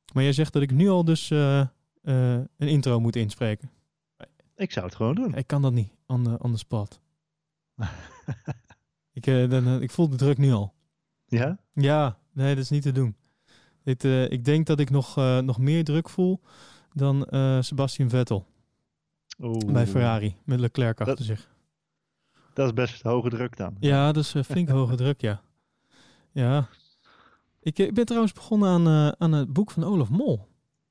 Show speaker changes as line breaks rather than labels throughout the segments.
Maar jij zegt dat ik nu al dus een intro moet inspreken.
Ik zou het gewoon doen.
Ik kan dat niet, on the spot. Ik voel de druk nu al.
Ja?
Ja, nee, dat is niet te doen. Ik denk dat ik nog meer druk voel dan Sebastian Vettel bij Ferrari met Leclerc achter zich.
Dat is best hoge druk dan.
Ja, dat is flink hoge druk, ja. Ja. Ik ben trouwens begonnen aan het boek van Olaf Mol.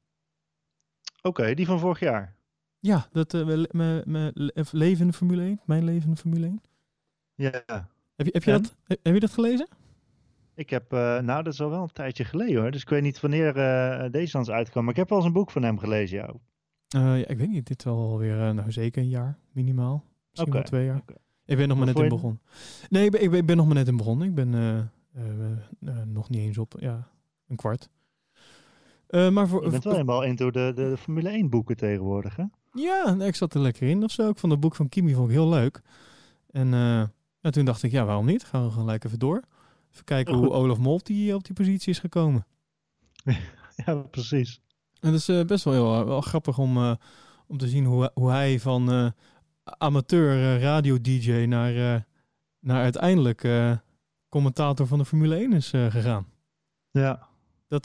Oké, die van vorig jaar.
Ja, dat mijn leven in de Formule 1. Mijn leven in de Formule 1.
Ja.
Heb je dat gelezen?
Ik heb, dat is al wel een tijdje geleden hoor. Dus ik weet niet wanneer deze dan is uitgekomen. Maar ik heb wel eens een boek van hem gelezen, ja.
Ja, ik weet niet. Dit is alweer zeker een jaar, minimaal. Misschien wel 2 jaar.
Okay.
Ik ben nog maar net in begonnen. Nee, ik ben nog maar net in begonnen. Ik ben nog niet eens op, een kwart. Maar
je bent wel helemaal into de Formule 1 boeken tegenwoordig, hè?
Ja, ik zat er lekker in of zo. Ik vond het boek van Kimi vond ik heel leuk. En toen dacht ik, waarom niet? Gaan we gelijk even door. Even kijken hoe Olaf Mol op die positie is gekomen.
Ja, precies.
En het is best wel grappig om te zien hoe hij van amateur radio-dj naar uiteindelijk commentator van de Formule 1 is gegaan.
Ja.
Dat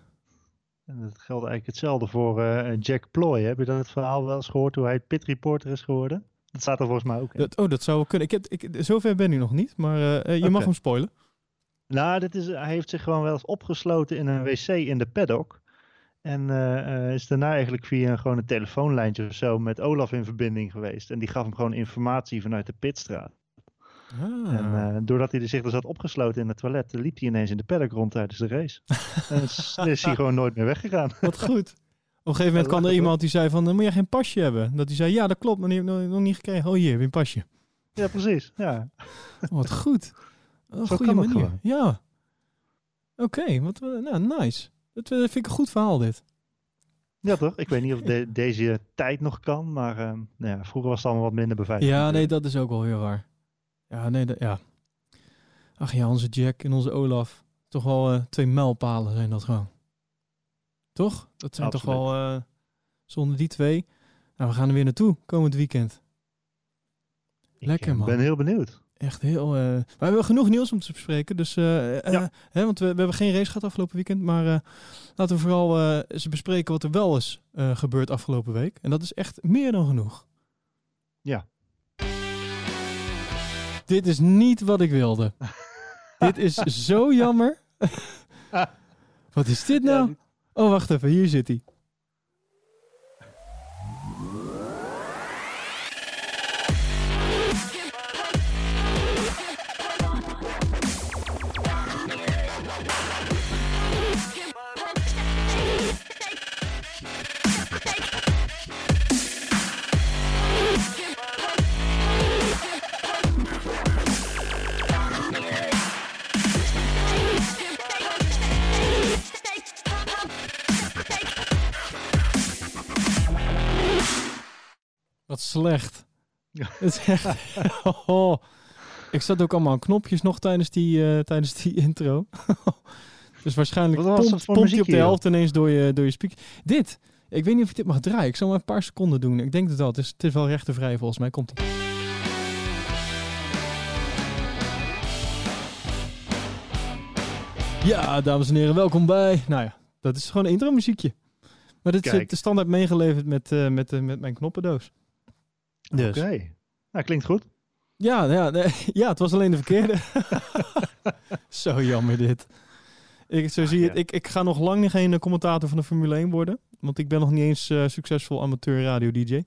geldt eigenlijk hetzelfde voor Jack Ploy. Heb je dat verhaal wel eens gehoord hoe hij pit reporter is geworden? Dat staat er volgens mij ook in.
Dat zou wel kunnen. Zover ben ik nog niet, maar je mag hem spoilen.
Nou, hij heeft zich gewoon wel eens opgesloten in een wc in de paddock. En is daarna eigenlijk via gewoon een telefoonlijntje of zo met Olaf in verbinding geweest. En die gaf hem gewoon informatie vanuit de pitstraat. En doordat hij zich dus had opgesloten in het toilet, liep hij ineens in de paddock rond tijdens de race. En is hij gewoon nooit meer weggegaan.
Wat goed. Op een gegeven moment kwam er iemand die zei van, moet jij geen pasje hebben? Dat hij zei, ja dat klopt, maar die heb ik nog niet gekregen. Oh hier, heb je een pasje.
Ja, precies. Ja.
Wat goed. Een goede manier. Gewoon. Ja. Oké, nice. Dat vind ik een goed verhaal dit.
Ja toch? Ik weet niet of deze tijd nog kan, maar vroeger was het allemaal wat minder beveiligd.
Ja, nee, dat is ook wel heel waar. Ja, nee, ja. Ach ja, onze Jack en onze Olaf. Toch wel 2 mijlpalen zijn dat gewoon. Toch? Dat zijn Absoluut. Toch wel zonder die 2. Nou, we gaan er weer naartoe komend weekend. Lekker man.
Ik ben heel benieuwd.
Echt heel... Maar we hebben genoeg nieuws om te bespreken. Dus, want we hebben geen race gehad afgelopen weekend. Maar laten we vooral eens bespreken wat er wel is gebeurd afgelopen week. En dat is echt meer dan genoeg.
Ja.
Dit is niet wat ik wilde. Dit is zo jammer. Wat is dit nou? Oh, wacht even. Hier zit hij. Wat slecht. Het is echt... Ik zat ook allemaal aan knopjes nog tijdens die intro. Dus waarschijnlijk pompt je op de helft ineens door je speaker. Dit. Ik weet niet of ik dit mag draaien. Ik zal maar een paar seconden doen. Ik denk dat dat is. Het is wel rechtenvrij volgens mij. Komt ie. Ja, dames en heren, welkom bij... Nou ja, dat is gewoon een intro muziekje. Maar dit zit standaard meegeleverd met mijn knoppendoos. Dus.
Oké. Nou, klinkt goed.
Ja, het was alleen de verkeerde. Zo jammer dit. Ik ga nog lang geen commentator van de Formule 1 worden. Want ik ben nog niet eens succesvol amateur radio-dj.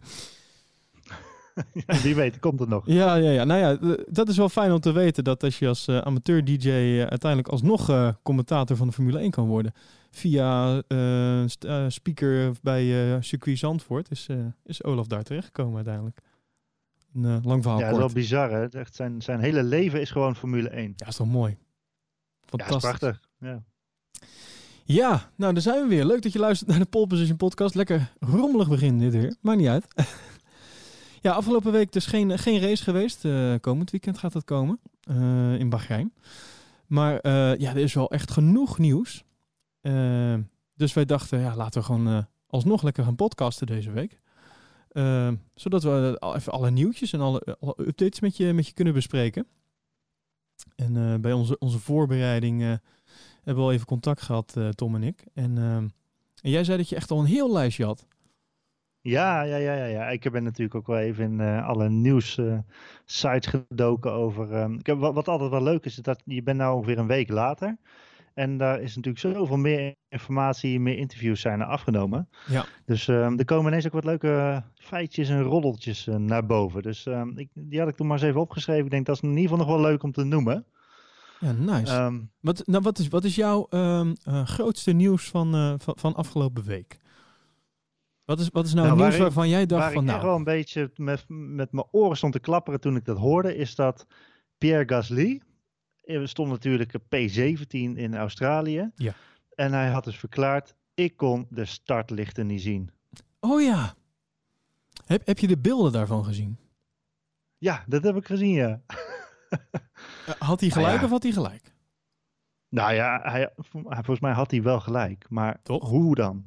Wie weet, komt het nog.
Ja. Nou ja, dat is wel fijn om te weten dat als je als amateur-dj uiteindelijk alsnog commentator van de Formule 1 kan worden. Via speaker bij circuit Zandvoort is Olaf daar terechtgekomen uiteindelijk. Een lang verhaal kort.
Ja, dat is wel bizar hè. Echt zijn hele leven is gewoon Formule 1.
Ja, is toch mooi. Fantastisch.
Ja, is prachtig. Ja.
Ja, nou daar zijn we weer. Leuk dat je luistert naar de Pole Position podcast. Lekker rommelig begin dit weer. Maakt niet uit. Ja, afgelopen week dus geen race geweest. Komend weekend gaat dat komen. In Bahrein. Maar er is wel echt genoeg nieuws. Dus wij dachten, laten we gewoon alsnog lekker gaan podcasten deze week. Zodat we even alle nieuwtjes en alle updates met je kunnen bespreken. En bij onze voorbereiding hebben we al even contact gehad, Tom en ik. En jij zei dat je echt al een heel lijstje had.
Ja. Ik ben natuurlijk ook wel even in alle nieuws sites gedoken over... wat altijd wel leuk is dat je bent nou ongeveer een week later. En daar is natuurlijk zoveel meer informatie, meer interviews zijn er afgenomen.
Ja.
Dus er komen ineens ook wat leuke feitjes en roddeltjes naar boven. Dus die had ik toen maar eens even opgeschreven. Ik denk dat is in ieder geval nog wel leuk om te noemen.
Ja, nice. Wat is jouw grootste nieuws van afgelopen week? Wat is nou nieuws waarvan jij dacht van...
Waar ik echt wel een beetje met mijn oren stond te klapperen toen ik dat hoorde, is dat Pierre Gasly... We stonden natuurlijk P17 in Australië.
Ja.
En hij had dus verklaard, ik kon de startlichten niet zien.
Oh ja. Heb je de beelden daarvan gezien?
Ja, dat heb ik gezien, ja.
Had hij gelijk of had hij gelijk?
Nou ja, volgens mij had hij wel gelijk. Maar
toch?
Hoe dan?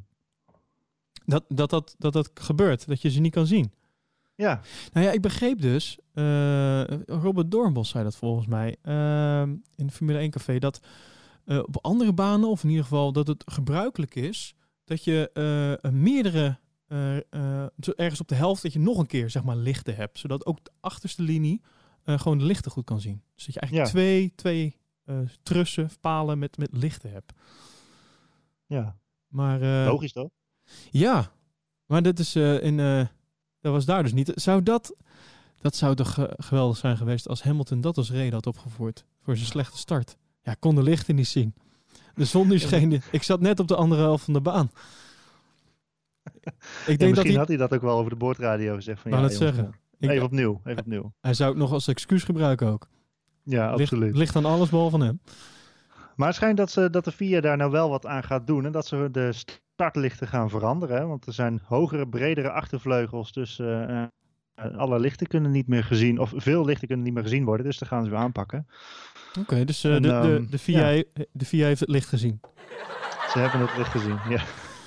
Dat gebeurt, dat je ze niet kan zien.
Ja.
Nou ja, ik begreep dus, Robert Doornbos zei dat volgens mij in het Formule 1 café, dat op andere banen, of in ieder geval dat het gebruikelijk is, dat je meerdere, ergens op de helft, dat je nog een keer zeg maar lichten hebt, zodat ook de achterste linie gewoon de lichten goed kan zien. Dus dat je eigenlijk twee trussen, palen met lichten hebt.
Ja.
Maar,
logisch toch?
Ja, maar dat is dat was daar dus niet. Dat zou toch geweldig zijn geweest als Hamilton dat als reden had opgevoerd voor zijn slechte start. Ja, ik kon de lichten niet zien. De zon nu scheen. Ik zat net op de andere helft van de baan.
Misschien had hij dat ook wel over de boordradio gezegd. Van,
het zeggen.
Even opnieuw.
Hij zou het nog als excuus gebruiken ook.
Ja, absoluut.
Ligt aan alles behalve hem.
Maar het schijnt dat de FIA daar nou wel wat aan gaat doen. En dat ze de startlichten gaan veranderen. Hè? Want er zijn hogere, bredere achtervleugels. Dus alle lichten kunnen niet meer gezien. Of veel lichten kunnen niet meer gezien worden. Dus dat gaan ze weer aanpakken.
Oké, dus de FIA heeft het licht gezien.
Ze hebben het licht gezien, ja.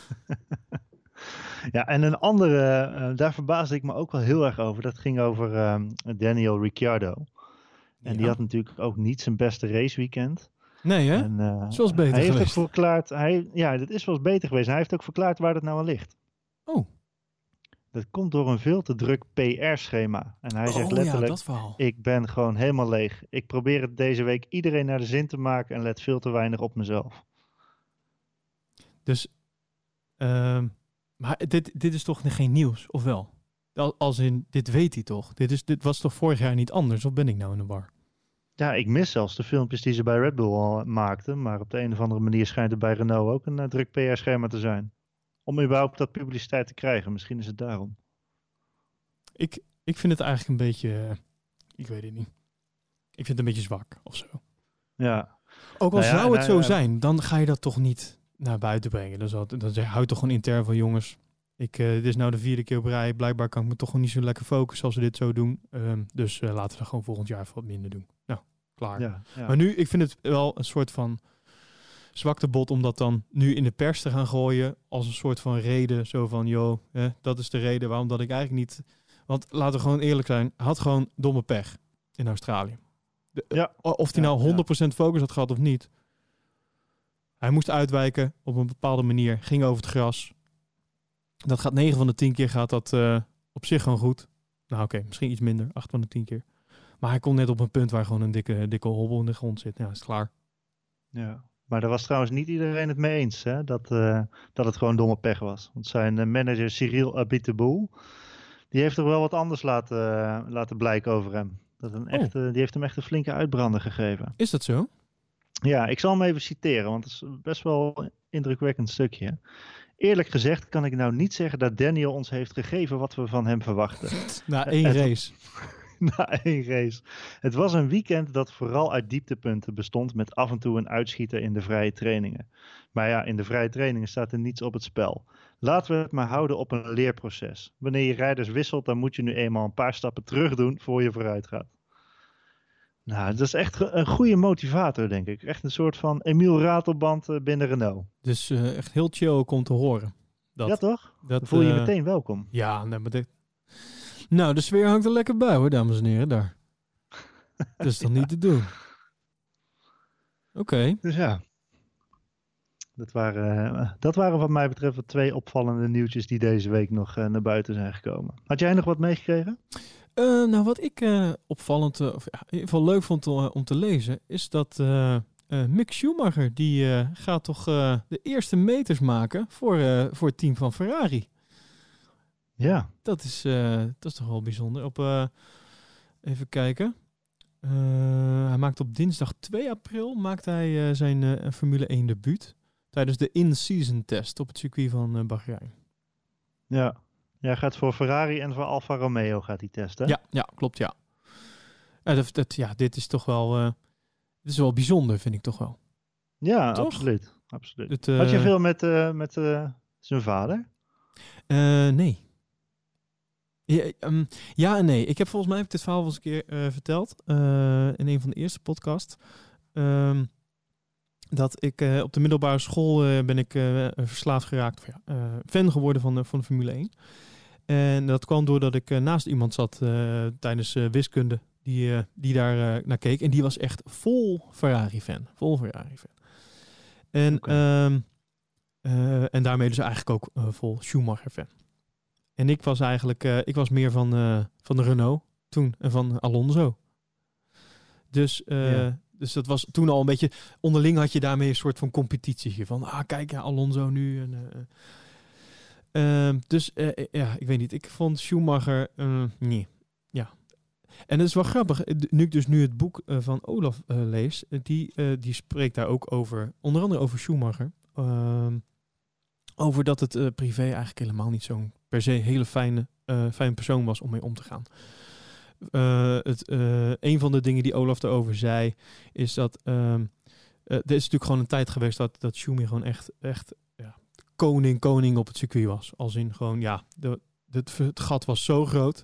Ja, en een andere, daar verbaasde ik me ook wel heel erg over. Dat ging over Daniel Ricciardo. En die had natuurlijk ook niet zijn beste raceweekend.
Nee, hè? Zoals beter
hij
geweest.
Heeft ook verklaard, dat is wel eens beter geweest. Hij heeft ook verklaard waar dat nou aan ligt.
Oh.
Dat komt door een veel te druk PR-schema. En hij zegt letterlijk, ik ben gewoon helemaal leeg. Ik probeer het deze week iedereen naar de zin te maken en let veel te weinig op mezelf.
Dus, maar dit is toch geen nieuws, of wel? Als in, dit weet hij toch? Dit was toch vorig jaar niet anders, of ben ik nou in de war?
Ja, ik mis zelfs de filmpjes die ze bij Red Bull al maakten. Maar op de een of andere manier schijnt er bij Renault ook een druk PR-schema te zijn. Om überhaupt dat publiciteit te krijgen. Misschien is het daarom.
Ik vind het eigenlijk een beetje... ik weet het niet. Ik vind het een beetje zwak, of zo.
Ja.
Ook al zou het zo zijn, dan ga je dat toch niet naar buiten brengen. Dan houd toch gewoon intern van jongens. Dit is nou de 4e keer op rij. Blijkbaar kan ik me toch gewoon niet zo lekker focussen als we dit zo doen. Dus laten we dat gewoon volgend jaar even wat minder doen. Nou, klaar.
Ja.
Maar nu, ik vind het wel een soort van zwaktebod om dat dan nu in de pers te gaan gooien als een soort van reden. Zo van, dat is de reden waarom dat ik eigenlijk niet... Want laten we gewoon eerlijk zijn, hij had gewoon domme pech in Australië. Of hij 100% focus had gehad of niet. Hij moest uitwijken op een bepaalde manier. Ging over het gras. Dat gaat 9 van de 10 keer gaat dat op zich gewoon goed. Nou oké, misschien iets minder. 8 van de 10 keer. Maar hij kon net op een punt waar gewoon een dikke hobbel in de grond zit. Ja, is klaar.
Ja, maar daar was trouwens niet iedereen het mee eens. Hè? Dat het gewoon domme pech was. Want zijn manager Cyril Abiteboul, die heeft er wel wat anders laten blijken over hem. Die heeft hem echt een flinke uitbrander gegeven.
Is dat zo?
Ja, ik zal hem even citeren, want het is best wel een indrukwekkend stukje. Eerlijk gezegd kan ik nou niet zeggen dat Daniel ons heeft gegeven wat we van hem verwachten.
Na 1 race.
Na 1 race. Het was een weekend dat vooral uit dieptepunten bestond met af en toe een uitschieter in de vrije trainingen. Maar ja, in de vrije trainingen staat er niets op het spel. Laten we het maar houden op een leerproces. Wanneer je rijders wisselt, dan moet je nu eenmaal een paar stappen terug doen voor je vooruit gaat. Nou, dat is echt een goede motivator, denk ik. Echt een soort van Emiel Ratelband binnen Renault.
Dus echt heel chill ook om te horen.
Ja, toch? Dan voel je je meteen welkom.
Ja, nee, maar nou, de sfeer hangt er lekker bij hoor, dames en heren, daar. Dat is toch niet te doen? Oké.
Dus ja. Dat waren wat mij betreft 2 opvallende nieuwtjes die deze week nog naar buiten zijn gekomen. Had jij nog wat meegekregen?
Nou, wat ik opvallend, of in ieder geval leuk vond om te lezen, is dat Mick Schumacher, die gaat toch de eerste meters maken voor het team van Ferrari.
Ja.
Dat is toch wel bijzonder. Even kijken. Hij maakt op dinsdag 2 april maakt hij zijn Formule 1 debuut tijdens de in-season test op het circuit van Bahrein.
Ja. Hij gaat voor Ferrari en voor Alfa Romeo gaat hij testen.
Ja, klopt, ja. Dit is toch wel, dit is wel bijzonder, vind ik toch wel.
Ja,
toch?
absoluut. Had je veel met zijn vader?
Nee. Ja en nee. Volgens mij heb ik dit verhaal wel eens een keer verteld in een van de eerste podcasts. Dat ik op de middelbare school ben ik verslaafd geraakt, fan geworden van de Formule 1. En dat kwam doordat ik naast iemand zat tijdens wiskunde die daar naar keek. En die was echt vol Ferrari-fan. En, en daarmee dus eigenlijk ook vol Schumacher-fan. En ik was eigenlijk meer van de Renault toen en van Alonso. Dus dat was toen al een beetje, onderling had je daarmee een soort van competitie. Van, kijk, Alonso nu. Ik weet niet. Ik vond Schumacher, nee. Ja. En het is wel grappig, nu ik dus het boek van Olaf lees, die spreekt daar ook over, onder andere over Schumacher. Over dat het privé eigenlijk helemaal niet zo'n per se hele fijne persoon was om mee om te gaan. Een van de dingen die Olaf erover zei, is dat er is natuurlijk gewoon een tijd geweest dat Schumi gewoon echt koning op het circuit was. Als in gewoon, het gat was zo groot.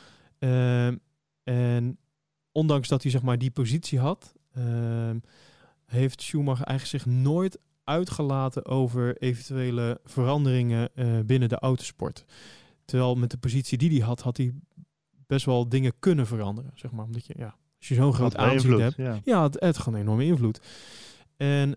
En ondanks dat hij zeg maar die positie had, heeft Schumacher eigenlijk zich nooit uitgelaten over eventuele veranderingen binnen de autosport. Terwijl met de positie die hij had hij best wel dingen kunnen veranderen, zeg maar. Omdat je, als je zo'n groot aanzien hebt, het had gewoon een enorme invloed. En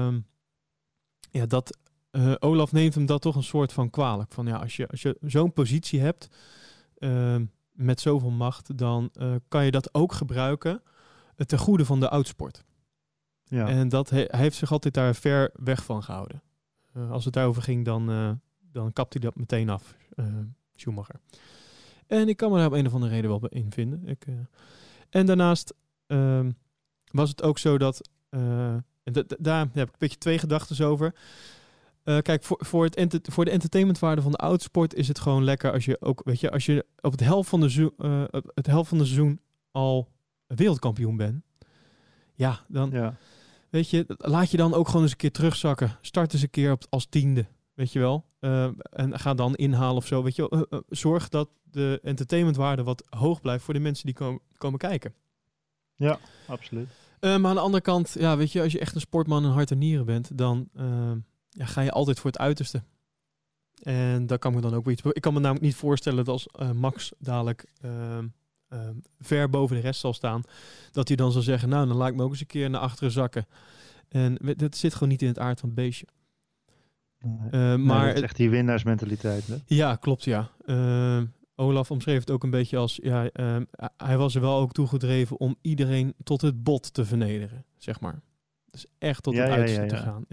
Olaf neemt hem dat toch een soort van kwalijk. Van als je zo'n positie hebt met zoveel macht, dan kan je dat ook gebruiken ten goede van de autosport. Ja. En hij heeft zich altijd daar ver weg van gehouden. Als het daarover ging, dan kapt hij dat meteen af, Schumacher. En ik kan me daar op een of andere reden wel in vinden. En daarnaast was het ook zo dat... daar heb ik een beetje 2 gedachten over. Kijk, voor de entertainmentwaarde van de autosport is het gewoon lekker als je ook, als je op het helft van de seizoen al wereldkampioen bent. Ja, dan... Ja. Weet je, laat je dan ook gewoon eens een keer terugzakken. Start eens een keer als 10e, weet je wel. En ga dan inhalen of zo, weet je wel. Zorg dat de entertainmentwaarde wat hoog blijft voor de mensen die komen kijken.
Ja, absoluut.
Maar aan de andere kant, weet je, als je echt een sportman in hart en nieren bent, dan ga je altijd voor het uiterste. En daar kan ik me dan ook iets... Ik kan me namelijk niet voorstellen dat als Max dadelijk... ver boven de rest zal staan, dat hij dan zal zeggen, nou, dan laat ik me ook eens een keer naar achteren zakken. En dat zit gewoon niet in het aard van het beestje.
Maar dat is echt die winnaarsmentaliteit, hè?
Ja, klopt, ja. Olaf omschreef het ook een beetje als, hij was er wel ook toe gedreven om iedereen tot het bot te vernederen, zeg maar. Dus echt tot het uiterste te gaan.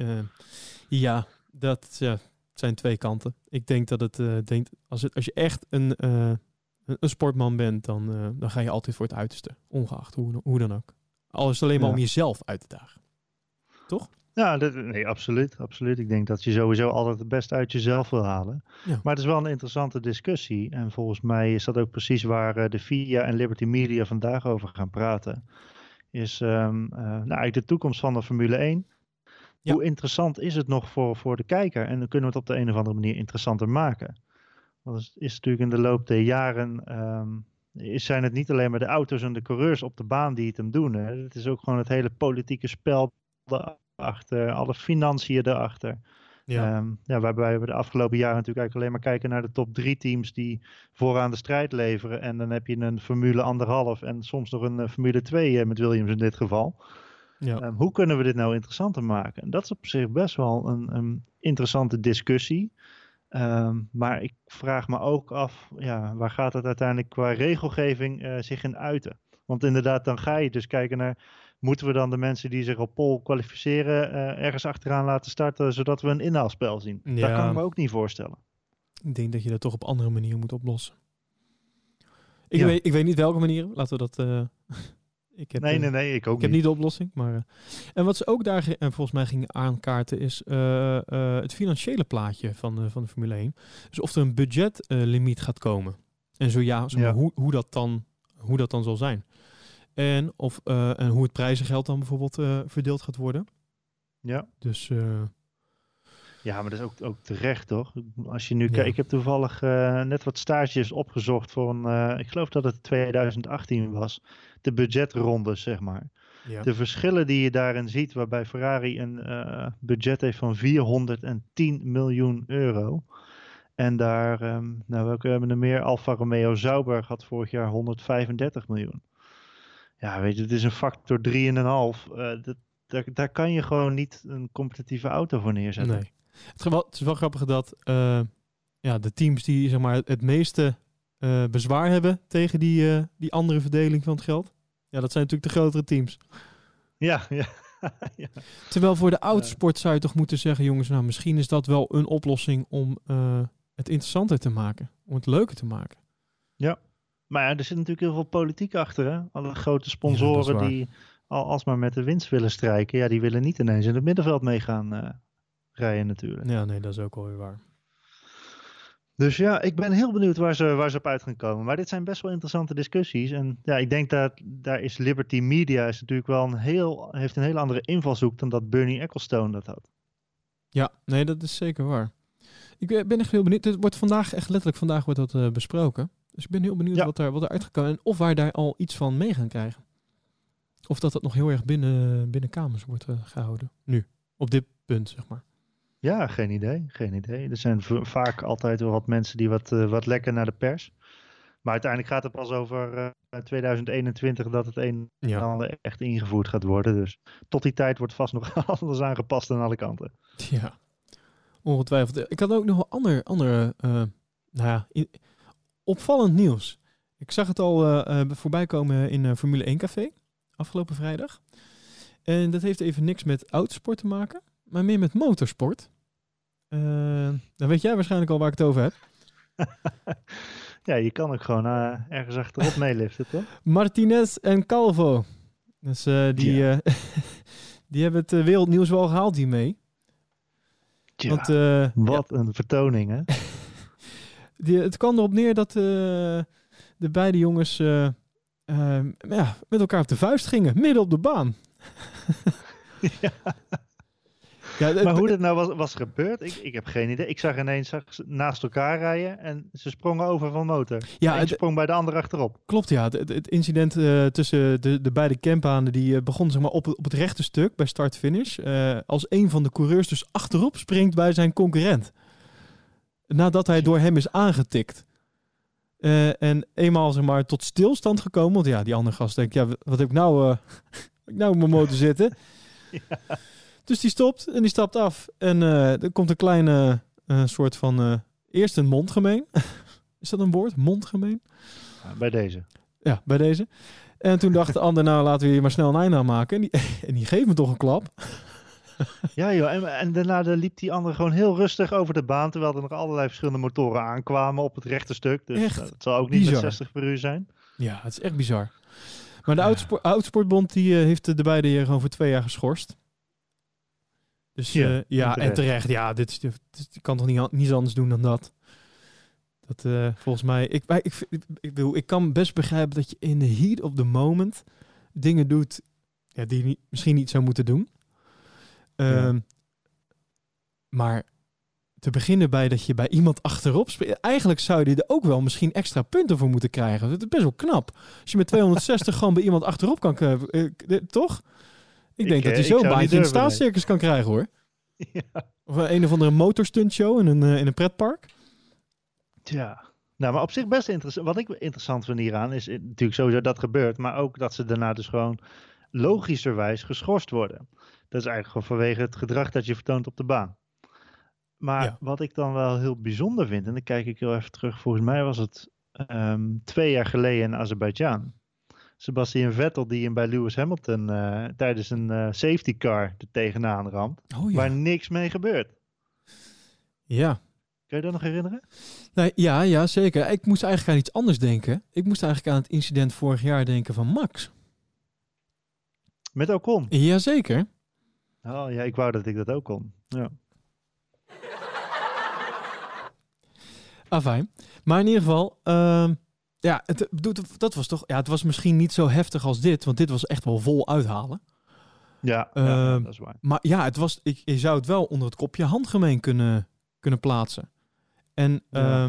Dat zijn 2 kanten. Ik denk dat als je echt een sportman bent, dan ga je altijd voor het uiterste. Ongeacht hoe dan ook. Al is het alleen maar om jezelf uit te dagen. Toch?
Ja, absoluut. Ik denk dat je sowieso altijd het beste uit jezelf wil halen. Ja. Maar het is wel een interessante discussie. En volgens mij is dat ook precies waar de FIA en Liberty Media vandaag over gaan praten. Is eigenlijk de toekomst van de Formule 1. Ja. Hoe interessant is het nog voor de kijker? En dan kunnen we het op de een of andere manier interessanter maken. Want het is natuurlijk in de loop der jaren zijn het niet alleen maar de auto's en de coureurs op de baan die het hem doen. Hè. Het is ook gewoon het hele politieke spel erachter, alle financiën erachter.
Ja.
Waarbij we de afgelopen jaren natuurlijk eigenlijk alleen maar kijken naar de top 3 teams die vooraan de strijd leveren. En dan heb je een Formule 1,5 en soms nog een Formule 2 met Williams in dit geval.
Ja.
Hoe kunnen we dit nou interessanter maken? En dat is op zich best wel een interessante discussie. Maar ik vraag me ook af, waar gaat het uiteindelijk qua regelgeving zich in uiten? Want inderdaad, dan ga je dus kijken naar, moeten we dan de mensen die zich op pole kwalificeren ergens achteraan laten starten, zodat we een inhaalspel zien?
Ja.
Dat kan ik me ook niet voorstellen.
Ik denk dat je dat toch op andere manieren moet oplossen. Ik weet niet welke manieren, laten we dat...
Nee, ik ook
Ik heb niet de oplossing, maar... en wat ze ook daar volgens mij gingen aankaarten is het financiële plaatje van de Formule 1. Dus of er een budgetlimiet gaat komen. En zo ja, hoe dat dan zal zijn. En hoe het prijzengeld dan bijvoorbeeld verdeeld gaat worden.
Ja.
Dus...
Ja, maar dat is ook terecht, toch? Als je nu kijkt, ik heb toevallig net wat stages opgezocht voor ik geloof dat het 2018 was. De budgetrondes, zeg maar.
Ja.
De verschillen die je daarin ziet, waarbij Ferrari een budget heeft van 410 miljoen euro. En daar, welke hebben er meer? Alfa Romeo Sauber had vorig jaar 135 miljoen. Ja, weet je, het is een factor 3,5. Daar kan je gewoon niet een competitieve auto voor neerzetten.
Nee. Het is wel grappig dat de teams die zeg maar het meeste bezwaar hebben tegen die andere verdeling van het geld, dat zijn natuurlijk de grotere teams.
Ja.
Terwijl voor de autosport zou je toch moeten zeggen, jongens, nou misschien is dat wel een oplossing om het interessanter te maken, om het leuker te maken.
Ja, maar er zit natuurlijk heel veel politiek achter, hè? Alle grote sponsoren die alsmaar met de winst willen strijken, die willen niet ineens in het middenveld meegaan rijden natuurlijk.
Ja, nee, dat is ook wel weer waar.
Dus ja, ik ben heel benieuwd waar ze op uit gaan komen. Maar dit zijn best wel interessante discussies. En ja, ik denk dat daar is Liberty Media is natuurlijk wel heeft een hele andere invalshoek dan dat Bernie Ecclestone dat had.
Ja, nee, dat is zeker waar. Ik ben echt heel benieuwd. Het wordt vandaag wordt dat besproken. Dus ik ben heel benieuwd wat er uitgekomen en of wij daar al iets van mee gaan krijgen. Of dat nog heel erg binnen kamers wordt gehouden. Nu, op dit punt, zeg maar.
Ja, geen idee. Er zijn vaak altijd wel wat mensen die wat lekken naar de pers. Maar uiteindelijk gaat het pas over 2021 dat het een en ander echt ingevoerd gaat worden. Dus tot die tijd wordt vast nog alles aangepast aan alle kanten.
Ja, ongetwijfeld. Ik had ook nog wel andere opvallend nieuws. Ik zag het al voorbij komen in Formule 1 Café afgelopen vrijdag. En dat heeft even niks met autosport te maken, maar meer met motorsport. Dan weet jij waarschijnlijk al waar ik het over heb.
Ja, je kan ook gewoon ergens achterop meeliften, toch?
Martinez en Calvo. Dus die hebben het wereldnieuws wel gehaald hiermee.
Ja,
want,
wat een vertoning, hè?
Het kwam erop neer dat de beide jongens met elkaar op de vuist gingen, midden op de baan.
Ja. Maar hoe dit nou was gebeurd, ik heb geen idee. Ik zag ineens naast elkaar rijden en ze sprongen over van motor. Ja, en sprong bij de ander achterop.
Klopt, ja. Het incident tussen de beide campbanen die begon zeg maar, op het rechte stuk bij start-finish. Als een van de coureurs dus achterop springt bij zijn concurrent. Nadat hij door hem is aangetikt. En eenmaal zeg maar, tot stilstand gekomen. Want ja, die andere gast denkt, wat heb ik nou op mijn motor zitten? Ja. Dus die stopt en die stapt af. En er komt een kleine soort van... eerst een mondgemeen. Is dat een woord? Mondgemeen?
Ja, bij deze.
Ja, bij deze. En toen dacht de ander, nou laten we hier maar snel een einde aan maken. En die geeft me toch een klap.
Ja joh, en daarna liep die ander gewoon heel rustig over de baan. Terwijl er nog allerlei verschillende motoren aankwamen op het rechte stuk. Dus echt het zal ook niet bizar. Met 60 per uur zijn.
Ja, het is echt bizar. Maar de Autosportbond die heeft de beide hier gewoon voor 2 jaar geschorst. Dus en terecht. Ja, dit kan toch niet anders doen dan dat. Dat volgens mij... Ik kan best begrijpen dat je in the heat of the moment dingen doet die je misschien niet zou moeten doen. Maar te beginnen bij dat je bij iemand achterop speelt. Eigenlijk zou je er ook wel misschien extra punten voor moeten krijgen. Dat is best wel knap. Als je met 260 gewoon bij iemand achterop kan... toch? Ik denk dat hij zo een baantje in het staatscircus kan krijgen, hoor.
Ja.
Of een of andere motorstuntshow in een pretpark.
Ja. Nou, maar op zich best interessant. Wat ik interessant vind hieraan is natuurlijk sowieso dat gebeurt. Maar ook dat ze daarna dus gewoon logischerwijs geschorst worden. Dat is eigenlijk gewoon vanwege het gedrag dat je vertoont op de baan. Maar wat ik dan wel heel bijzonder vind, en dan kijk ik heel even terug, volgens mij was het 2 jaar geleden in Azerbeidzjan. Sebastian Vettel die hem bij Lewis Hamilton tijdens een safety car er tegenaan ramt, waar niks mee gebeurt.
Ja.
Kun je dat nog herinneren?
Nee, ja, zeker. Ik moest eigenlijk aan iets anders denken. Ik moest eigenlijk aan het incident vorig jaar denken van Max.
Met Ocon?
Jazeker.
Oh ja, ik wou dat ik dat ook kon. Ja.
Fijn. Maar in ieder geval, dat was toch... Ja, het was misschien niet zo heftig als dit, want dit was echt wel vol uithalen.
Ja, dat is waar.
Maar ja, het was, je zou het wel onder het kopje handgemeen kunnen plaatsen. En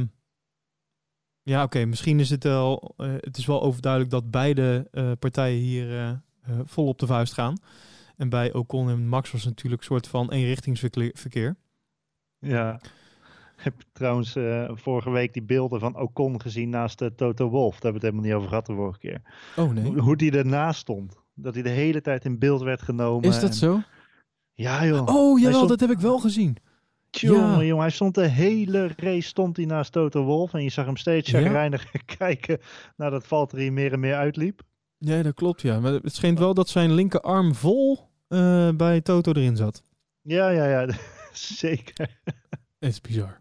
oké, misschien is het wel... het is wel overduidelijk dat beide partijen hier vol op de vuist gaan. En bij Ocon en Max was het natuurlijk een soort van eenrichtingsverkeer.
Ja. Ik heb trouwens vorige week die beelden van Ocon gezien naast Toto Wolff. Daar hebben we het helemaal niet over gehad de vorige keer.
Oh nee.
Hoe die ernaast stond. Dat hij de hele tijd in beeld werd genomen.
Is dat zo?
Ja joh.
Oh jawel, dat heb ik wel gezien.
Jongen, hij stond de hele race naast Toto Wolff. En je zag hem steeds chagrijnig kijken nadat Valtteri meer en meer uitliep.
Ja, dat klopt ja. Maar het schijnt wel dat zijn linkerarm vol bij Toto erin zat.
Ja. Zeker.
Het is bizar.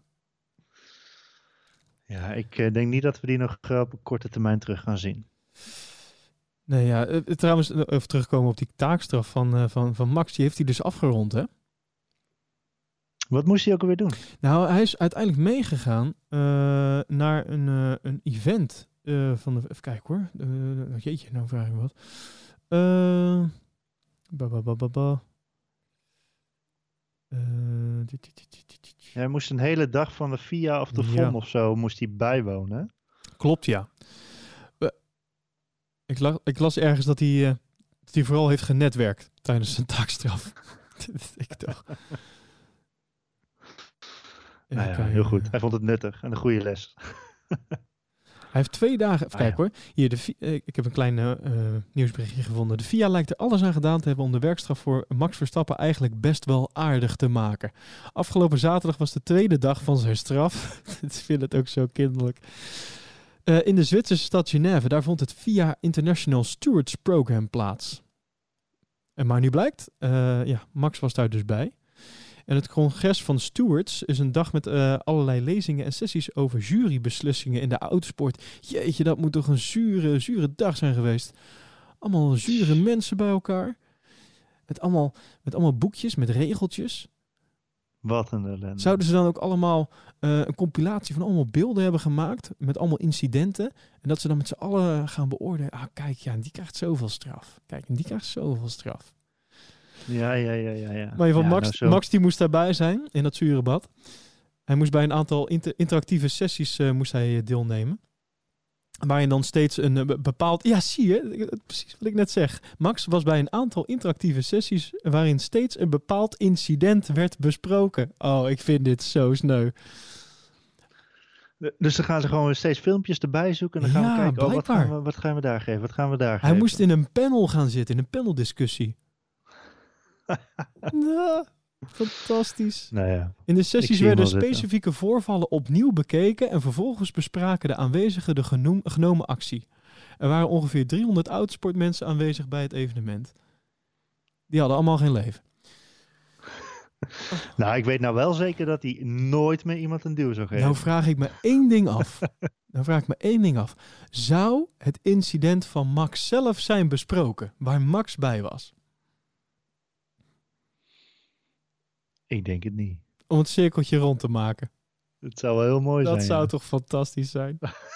Ja, ik denk niet dat we die nog op een korte termijn terug gaan zien.
Nee, ja. Trouwens, even terugkomen op die taakstraf van Max. Die heeft hij dus afgerond, hè?
Wat moest hij ook alweer doen?
Nou, hij is uiteindelijk meegegaan naar een event van de... Even kijken hoor. Jeetje, nou vraag ik me wat.
Hij moest een hele dag van de FIA of de FOM of zo moest hij bijwonen.
Klopt, ja. Ik las ergens dat hij vooral heeft genetwerkt tijdens zijn taakstraf. Ik toch.
Nou ja, heel goed. Hij vond het nuttig en een goede les.
Hij heeft 2 dagen... Even kijken hoor. Hier, ik heb een klein nieuwsberichtje gevonden. De FIA lijkt er alles aan gedaan te hebben om de werkstraf voor Max Verstappen eigenlijk best wel aardig te maken. Afgelopen zaterdag was de 2e dag van zijn straf. Ik vind het ook zo kinderlijk. In de Zwitserse stad Genève, daar vond het FIA International Stewards Program plaats. Maar nu blijkt, Max was daar dus bij. En het congres van stewards is een dag met allerlei lezingen en sessies over jurybeslissingen in de autosport. Jeetje, dat moet toch een zure dag zijn geweest. Allemaal zure mensen bij elkaar. Met allemaal boekjes, met regeltjes.
Wat een ellende.
Zouden ze dan ook allemaal een compilatie van allemaal beelden hebben gemaakt met allemaal incidenten. En dat ze dan met z'n allen gaan beoordelen. Ah, kijk, ja, die krijgt zoveel straf. Kijk, en die krijgt zoveel straf.
Ja.
Maar Max die moest daarbij zijn in dat zure bad. Hij moest bij een aantal interactieve sessies moest hij deelnemen. Waarin dan steeds een bepaald... Ja, zie je, precies wat ik net zeg. Max was bij een aantal interactieve sessies waarin steeds een bepaald incident werd besproken. Oh, ik vind dit zo sneu.
Dus dan gaan ze gewoon steeds filmpjes erbij zoeken en dan gaan we kijken, wat gaan we daar geven, wat gaan we daar geven.
Hij moest in een panel gaan zitten, in een paneldiscussie. Ja, fantastisch.
Nou ja,
in de sessies werden specifieke voorvallen opnieuw bekeken en vervolgens bespraken de aanwezigen de genomen actie. Er waren ongeveer 300 autosportmensen aanwezig bij het evenement. Die hadden allemaal geen leven.
Nou, ik weet nou wel zeker dat hij nooit meer iemand een duw zou geven.
Nou vraag ik me één ding af. Zou het incident van Max zelf zijn besproken, waar Max bij was?
Ik denk het niet.
Om het cirkeltje rond te maken.
Het zou wel heel mooi zijn.
Dat zou toch fantastisch zijn?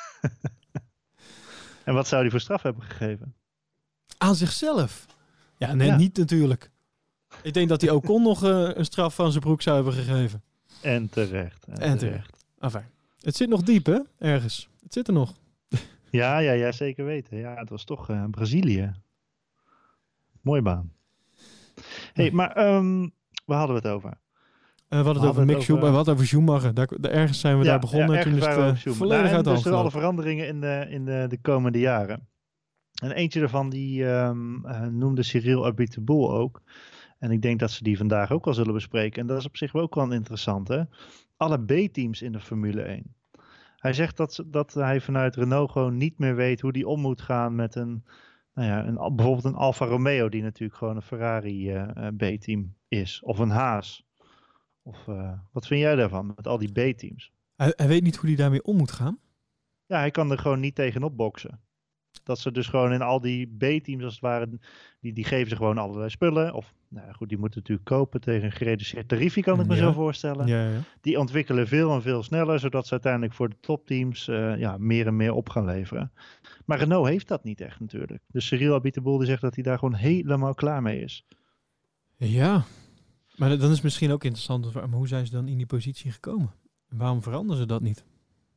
En wat zou hij voor straf hebben gegeven?
Aan zichzelf? Ja, nee, niet natuurlijk. Ik denk dat hij Ocon nog een straf van zijn broek zou hebben gegeven.
En terecht.
Enfin, het zit nog diep, hè? Ergens. Het zit er nog.
Ja, zeker weten. Ja, het was toch Brazilië. Mooie baan. Hey, maar waar hadden we het over?
We hadden het over Mick Schumacher. We hadden over Schumacher. Ergens zijn we daar begonnen. Toen is het volledig uit de hand.
Dus alle veranderingen in de komende jaren. En eentje daarvan die noemde Cyril Abiteboul ook. En ik denk dat ze die vandaag ook wel zullen bespreken. En dat is op zich ook wel interessant. Hè? Alle B-teams in de Formule 1. Hij zegt dat hij vanuit Renault gewoon niet meer weet hoe die om moet gaan met bijvoorbeeld een Alfa Romeo, die natuurlijk gewoon een Ferrari B-team is. Of een Haas. Of wat vind jij daarvan met al die B-teams?
Hij weet niet hoe hij daarmee om moet gaan?
Ja, hij kan er gewoon niet tegenop boksen. Dat ze dus gewoon in al die B-teams als het ware, die geven ze gewoon allerlei spullen. Of, nou goed, die moeten natuurlijk kopen tegen een gereduceerd tariefje, kan ik me zo voorstellen.
Ja.
Die ontwikkelen veel en veel sneller, zodat ze uiteindelijk voor de topteams meer en meer op gaan leveren. Maar Renault heeft dat niet echt natuurlijk. Dus Cyril Abiteboul die zegt dat hij daar gewoon helemaal klaar mee is.
Ja, maar dan is het misschien ook interessant, maar hoe zijn ze dan in die positie gekomen? En waarom veranderen ze dat niet?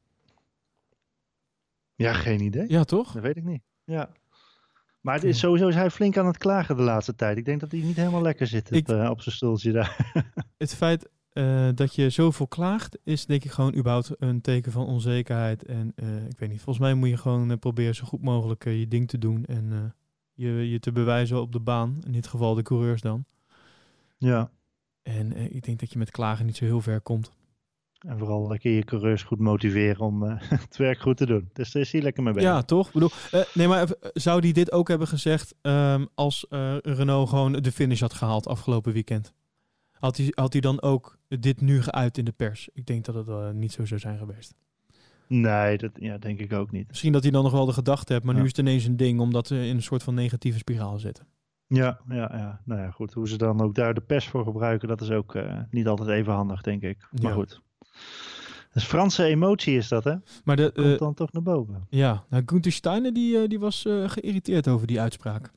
Ja, geen idee.
Ja, toch?
Dat weet ik niet. Ja. Maar het is sowieso is hij flink aan het klagen de laatste tijd. Ik denk dat hij niet helemaal lekker zit op zijn stoeltje daar.
Het feit dat je zoveel klaagt is denk ik gewoon überhaupt een teken van onzekerheid. En ik weet niet, volgens mij moet je gewoon proberen zo goed mogelijk je ding te doen. En je te bewijzen op de baan. In dit geval de coureurs dan.
Ja.
En ik denk dat je met klagen niet zo heel ver komt.
En vooral lekker je coureurs goed motiveren om het werk goed te doen. Dus daar is hij lekker mee bezig.
Ja, toch? Ik bedoel, maar zou hij dit ook hebben gezegd als Renault gewoon de finish had gehaald afgelopen weekend? Had hij dan ook dit nu geuit in de pers? Ik denk dat het niet zo zou zijn geweest.
Nee, dat denk ik ook niet.
Misschien dat hij dan nog wel de gedachte hebt, maar nu is het ineens een ding omdat ze in een soort van negatieve spiraal zitten.
Ja. Nou ja, goed. Hoe ze dan ook daar de pers voor gebruiken, dat is ook niet altijd even handig, denk ik. Maar goed. Dus Franse emotie is dat, hè?
Maar dat
komt dan toch naar boven.
Ja, nou, Günther Steiner die was geïrriteerd over die uitspraak.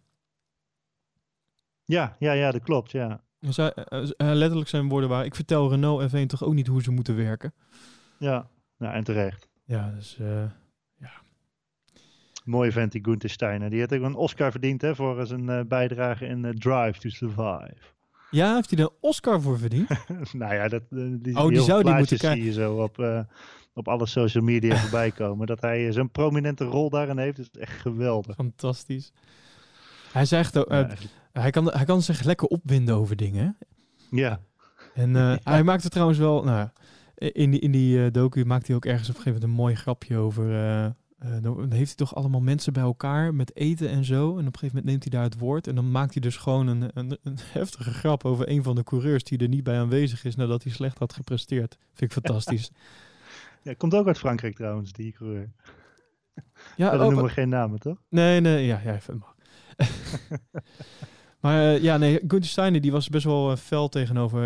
Ja, dat klopt, ja.
Dus letterlijk zijn woorden waren, ik vertel Renault F1 toch ook niet hoe ze moeten werken.
Ja, nou, en terecht.
Ja, dus
Mooie vent die Günther Steiner. Die had ook een Oscar verdiend hè, voor zijn bijdrage in Drive to Survive.
Ja, heeft hij er een Oscar voor verdiend?
Nou ja,
die zou die moeten
krijgen. Zie je zo op alle social media voorbij komen. Dat hij zo'n prominente rol daarin heeft, is echt geweldig.
Fantastisch. Hij zegt ook, hij kan zich lekker opwinden over dingen.
Ja.
En hij maakte trouwens wel, in die docu maakt hij ook ergens op een gegeven moment een mooi grapje over. Dan heeft hij toch allemaal mensen bij elkaar met eten en zo. En op een gegeven moment neemt hij daar het woord. En dan maakt hij dus gewoon een heftige grap over een van de coureurs die er niet bij aanwezig is nadat hij slecht had gepresteerd. Vind ik fantastisch.
Ja, komt ook uit Frankrijk trouwens, die coureur.
Ja,
dan noemen we geen namen, toch?
Nee, ja, even mag. Maar Günther Steiner die was best wel fel tegenover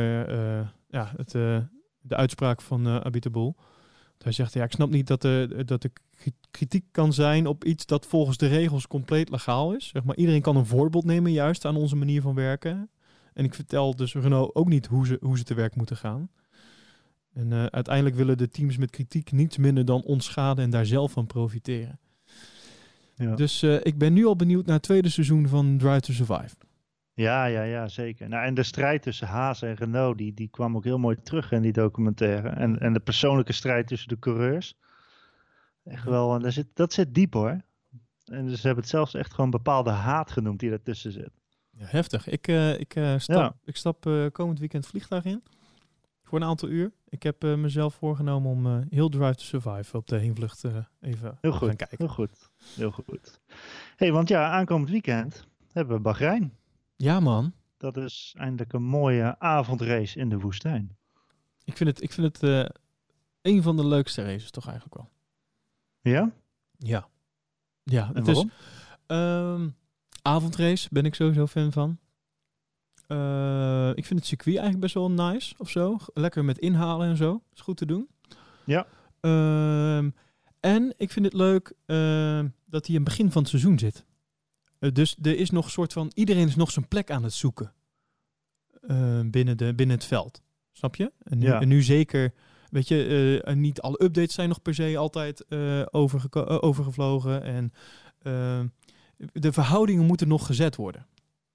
de uitspraak van Abiteboul. Hij zegt, ik snap niet dat er kritiek kan zijn op iets dat volgens de regels compleet legaal is. Zeg maar, iedereen kan een voorbeeld nemen juist aan onze manier van werken. En ik vertel dus Renault ook niet hoe ze te werk moeten gaan. En uiteindelijk willen de teams met kritiek niets minder dan ons schaden en daar zelf van profiteren. Ja. Dus ik ben nu al benieuwd naar het tweede seizoen van Drive to Survive.
Ja, zeker. Nou, en de strijd tussen Haas en Renault, die kwam ook heel mooi terug in die documentaire. En de persoonlijke strijd tussen de coureurs. Echt wel, dat zit diep hoor. En ze hebben het zelfs echt gewoon bepaalde haat genoemd die ertussen zit.
Ja, heftig. Ik stap komend weekend vliegtuig in. Voor een aantal uur. Ik heb mezelf voorgenomen om heel Drive to Survive op de heenvlucht even te gaan kijken.
Heel goed. Hey, want aankomend weekend hebben we Bahrein.
Ja, man.
Dat is eindelijk een mooie avondrace in de woestijn.
Ik vind het een van de leukste races toch eigenlijk wel.
Ja?
Ja. Ja,
en waarom?
Avondrace ben ik sowieso fan van. Ik vind het circuit eigenlijk best wel nice of zo. Lekker met inhalen en zo. Is goed te doen.
Ja.
En ik vind het leuk dat hij in het begin van het seizoen zit. Dus er is nog een soort van... Iedereen is nog zijn plek aan het zoeken binnen het veld. Snap je? En nu zeker, weet je, niet alle updates zijn nog per se altijd overgevlogen. En de verhoudingen moeten nog gezet worden.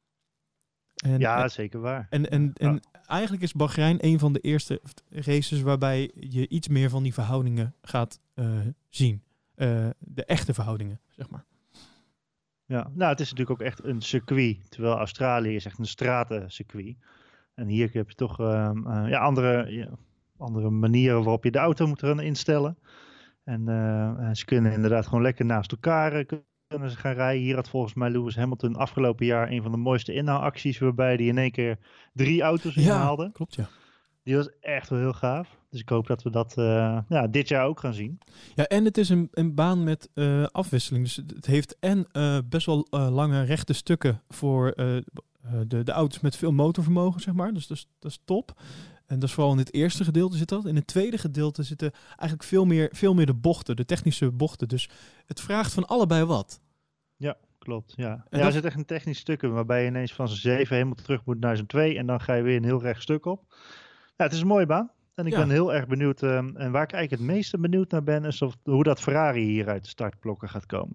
Zeker waar.
En eigenlijk is Bahrein een van de eerste races waarbij je iets meer van die verhoudingen gaat zien. De echte verhoudingen, zeg maar.
Ja, nou, het is natuurlijk ook echt een circuit. Terwijl Australië is echt een stratencircuit. En hier heb je toch andere manieren waarop je de auto moet gaan instellen. En ze kunnen inderdaad gewoon lekker naast elkaar kunnen ze gaan rijden. Hier had volgens mij Lewis Hamilton afgelopen jaar een van de mooiste inhaalacties, waarbij hij in één keer 3 auto's inhaalde.
Ja, klopt, ja.
Die was echt wel heel gaaf. Dus ik hoop dat we dat dit jaar ook gaan zien.
Ja, en het is een baan met afwisseling. Dus het heeft best wel lange rechte stukken voor de auto's met veel motorvermogen, zeg maar. Dus dat is top. En dat is vooral in het eerste gedeelte zit dat. In het tweede gedeelte zitten eigenlijk veel meer de bochten, de technische bochten. Dus het vraagt van allebei wat.
Ja, klopt. Ja, er zit echt een technisch stuk in waarbij je ineens van zijn 7 helemaal terug moet naar zijn 2. En dan ga je weer een heel recht stuk op. Ja, het is een mooie baan. En ik ben heel erg benieuwd. En waar ik eigenlijk het meeste benieuwd naar ben, is hoe dat Ferrari hier uit de startblokken gaat komen.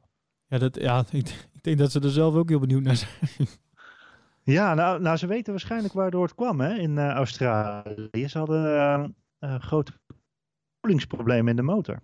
Ik denk dat ze er zelf ook heel benieuwd naar zijn.
Ja, nou ze weten waarschijnlijk waardoor het kwam in Australië. Ze hadden grote koelingsproblemen in de motor.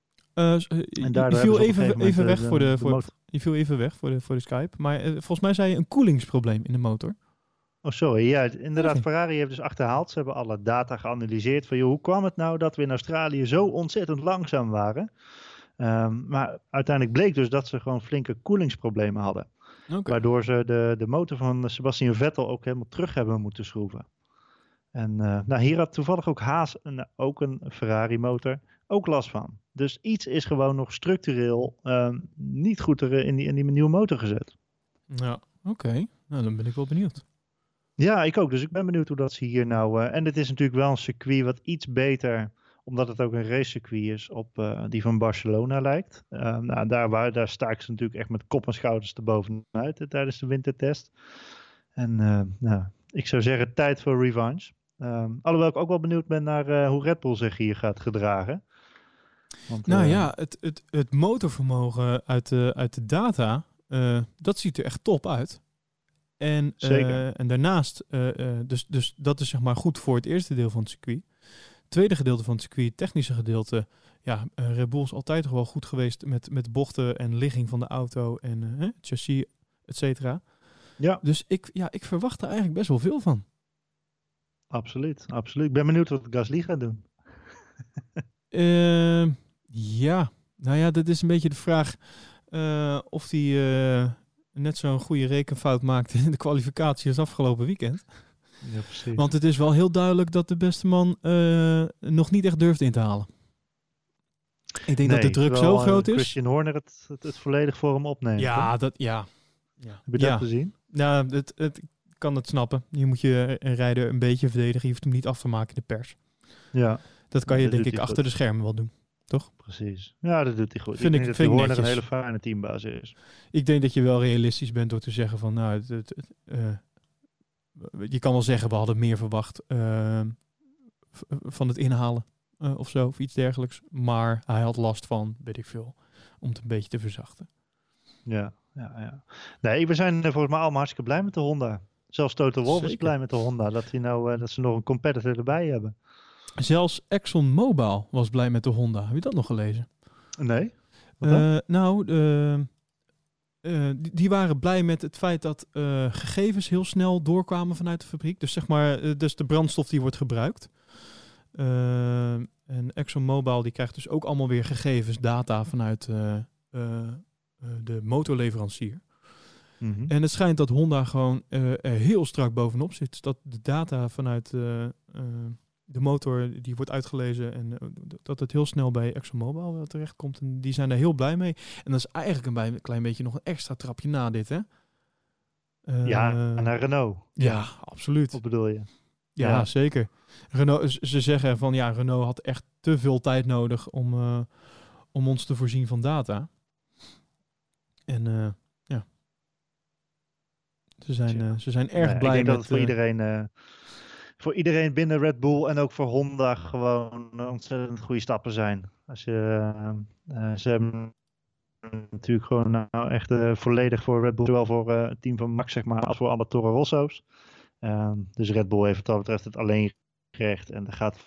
Je viel even weg voor de Skype. Maar volgens mij zei je een koelingsprobleem in de motor.
Oh, sorry. Ja, inderdaad. Ferrari heeft dus achterhaald. Ze hebben alle data geanalyseerd van, hoe kwam het nou dat we in Australië zo ontzettend langzaam waren? Maar uiteindelijk bleek dus dat ze gewoon flinke koelingsproblemen hadden. Okay. Waardoor ze de motor van Sebastian Vettel ook helemaal terug hebben moeten schroeven. En hier had toevallig ook Haas, ook een Ferrari motor, ook last van. Dus iets is gewoon nog structureel niet goed in die nieuwe motor gezet.
Ja, oké. Nou, dan ben ik wel benieuwd.
Ja, ik ook. Dus ik ben benieuwd hoe dat ze hier nou... en het is natuurlijk wel een circuit wat iets beter, omdat het ook een racecircuit is, op die van Barcelona lijkt. Daar staken ze natuurlijk echt met kop en schouders erbovenuit tijdens de wintertest. En ik zou zeggen, tijd voor revanche. Alhoewel ik ook wel benieuwd ben naar hoe Red Bull zich hier gaat gedragen.
Want, het motorvermogen uit de data, dat ziet er echt top uit. En daarnaast, dus dat is zeg maar goed voor het eerste deel van het circuit. Tweede gedeelte van het circuit, het technische gedeelte. Ja, Red Bull is altijd toch wel goed geweest met bochten en ligging van de auto en chassis, et cetera. Ja. Dus ik verwacht er eigenlijk best wel veel van.
Absoluut. Ik ben benieuwd wat Gasly gaat doen.
Dat is een beetje de vraag of hij net zo'n goede rekenfout maakte in de kwalificatie als afgelopen weekend.
Ja, precies.
Want het is wel heel duidelijk dat de beste man nog niet echt durft in te halen. Ik denk dat de druk zo groot is.
Christian Horner het volledig voor hem opneemt.
Ja,
Heb je dat gezien?
Ja, het kan het snappen. Je moet je rijder een beetje verdedigen. Je hoeft hem niet af te maken in de pers.
Ja.
Dat kan je denk ik achter de schermen wel doen. Toch?
Precies. Ja, dat doet hij goed. Ik denk dat Horner een hele fijne teambaas is.
Ik denk dat je wel realistisch bent door te zeggen van, je kan wel zeggen, we hadden meer verwacht van het inhalen of zo, of iets dergelijks. Maar hij had last van, weet ik veel, om het een beetje te verzachten.
Ja. Nee, we zijn volgens mij allemaal hartstikke blij met de Honda. Zelfs Toto Wolff is blij met de Honda, dat ze nog een competitor erbij hebben.
Zelfs ExxonMobil was blij met de Honda. Heb je dat nog gelezen?
Nee.
Die waren blij met het feit dat gegevens heel snel doorkwamen vanuit de fabriek. Dus zeg maar, dus de brandstof die wordt gebruikt. En ExxonMobil die krijgt dus ook allemaal weer gegevens, data vanuit de motorleverancier. Mm-hmm. En het schijnt dat Honda gewoon er heel strak bovenop zit. Dus dat de data vanuit de motor die wordt uitgelezen en dat het heel snel bij ExxonMobil terechtkomt. En die zijn daar heel blij mee. En dat is eigenlijk een klein beetje nog een extra trapje na dit, hè?
Naar Renault.
Ja, absoluut.
Wat bedoel je?
Ja, zeker. Renault, ze zeggen van Renault had echt te veel tijd nodig om ons te voorzien van data. En ze zijn erg blij met...
Ik denk dat het voor iedereen binnen Red Bull en ook voor Honda gewoon ontzettend goede stappen zijn. Als ze hebben natuurlijk gewoon nou echt volledig voor Red Bull, zowel voor het team van Max zeg maar, als voor alle Toro Rosso's. Dus Red Bull heeft wat dat betreft het alleen gerecht en er gaat...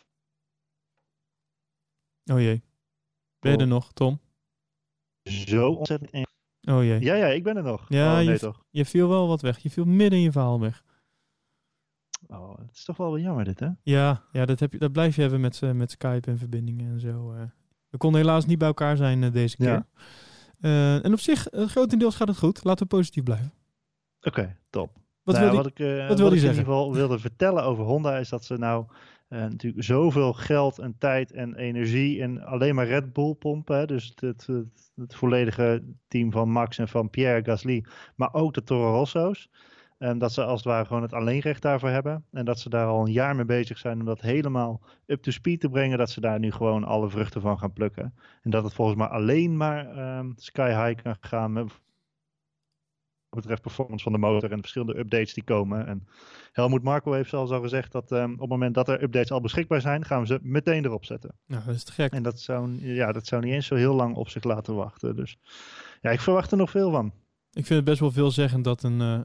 Oh jee. Ben je er nog, Tom?
Zo ontzettend...
Oh jee.
Ja, ik ben er nog.
Ja,
toch?
Je viel wel wat weg. Je viel midden in je verhaal weg.
Oh, het is toch wel jammer dit, hè?
Ja, dat blijf je hebben met Skype en verbindingen en zo. We konden helaas niet bij elkaar zijn deze keer. Ja. En op zich, grotendeels gaat het goed. Laten we positief blijven.
Oké, top.
Wat wil je zeggen?
In ieder geval wilde vertellen over Honda is dat ze nou natuurlijk zoveel geld en tijd en energie in alleen maar Red Bull pompen. Hè? Dus het volledige team van Max en van Pierre Gasly, maar ook de Toro Rosso's. Dat ze als het ware gewoon het alleenrecht daarvoor hebben. En dat ze daar al een jaar mee bezig zijn om dat helemaal up to speed te brengen. Dat ze daar nu gewoon alle vruchten van gaan plukken. En dat het volgens mij alleen maar sky high kan gaan met wat betreft performance van de motor en de verschillende updates die komen. En Helmut Marko heeft zelfs al gezegd dat op het moment dat er updates al beschikbaar zijn, gaan we ze meteen erop zetten.
Nou, dat is te gek.
En dat zou niet eens zo heel lang op zich laten wachten. Dus ja, ik verwacht er nog veel van.
Ik vind het best wel veelzeggend dat een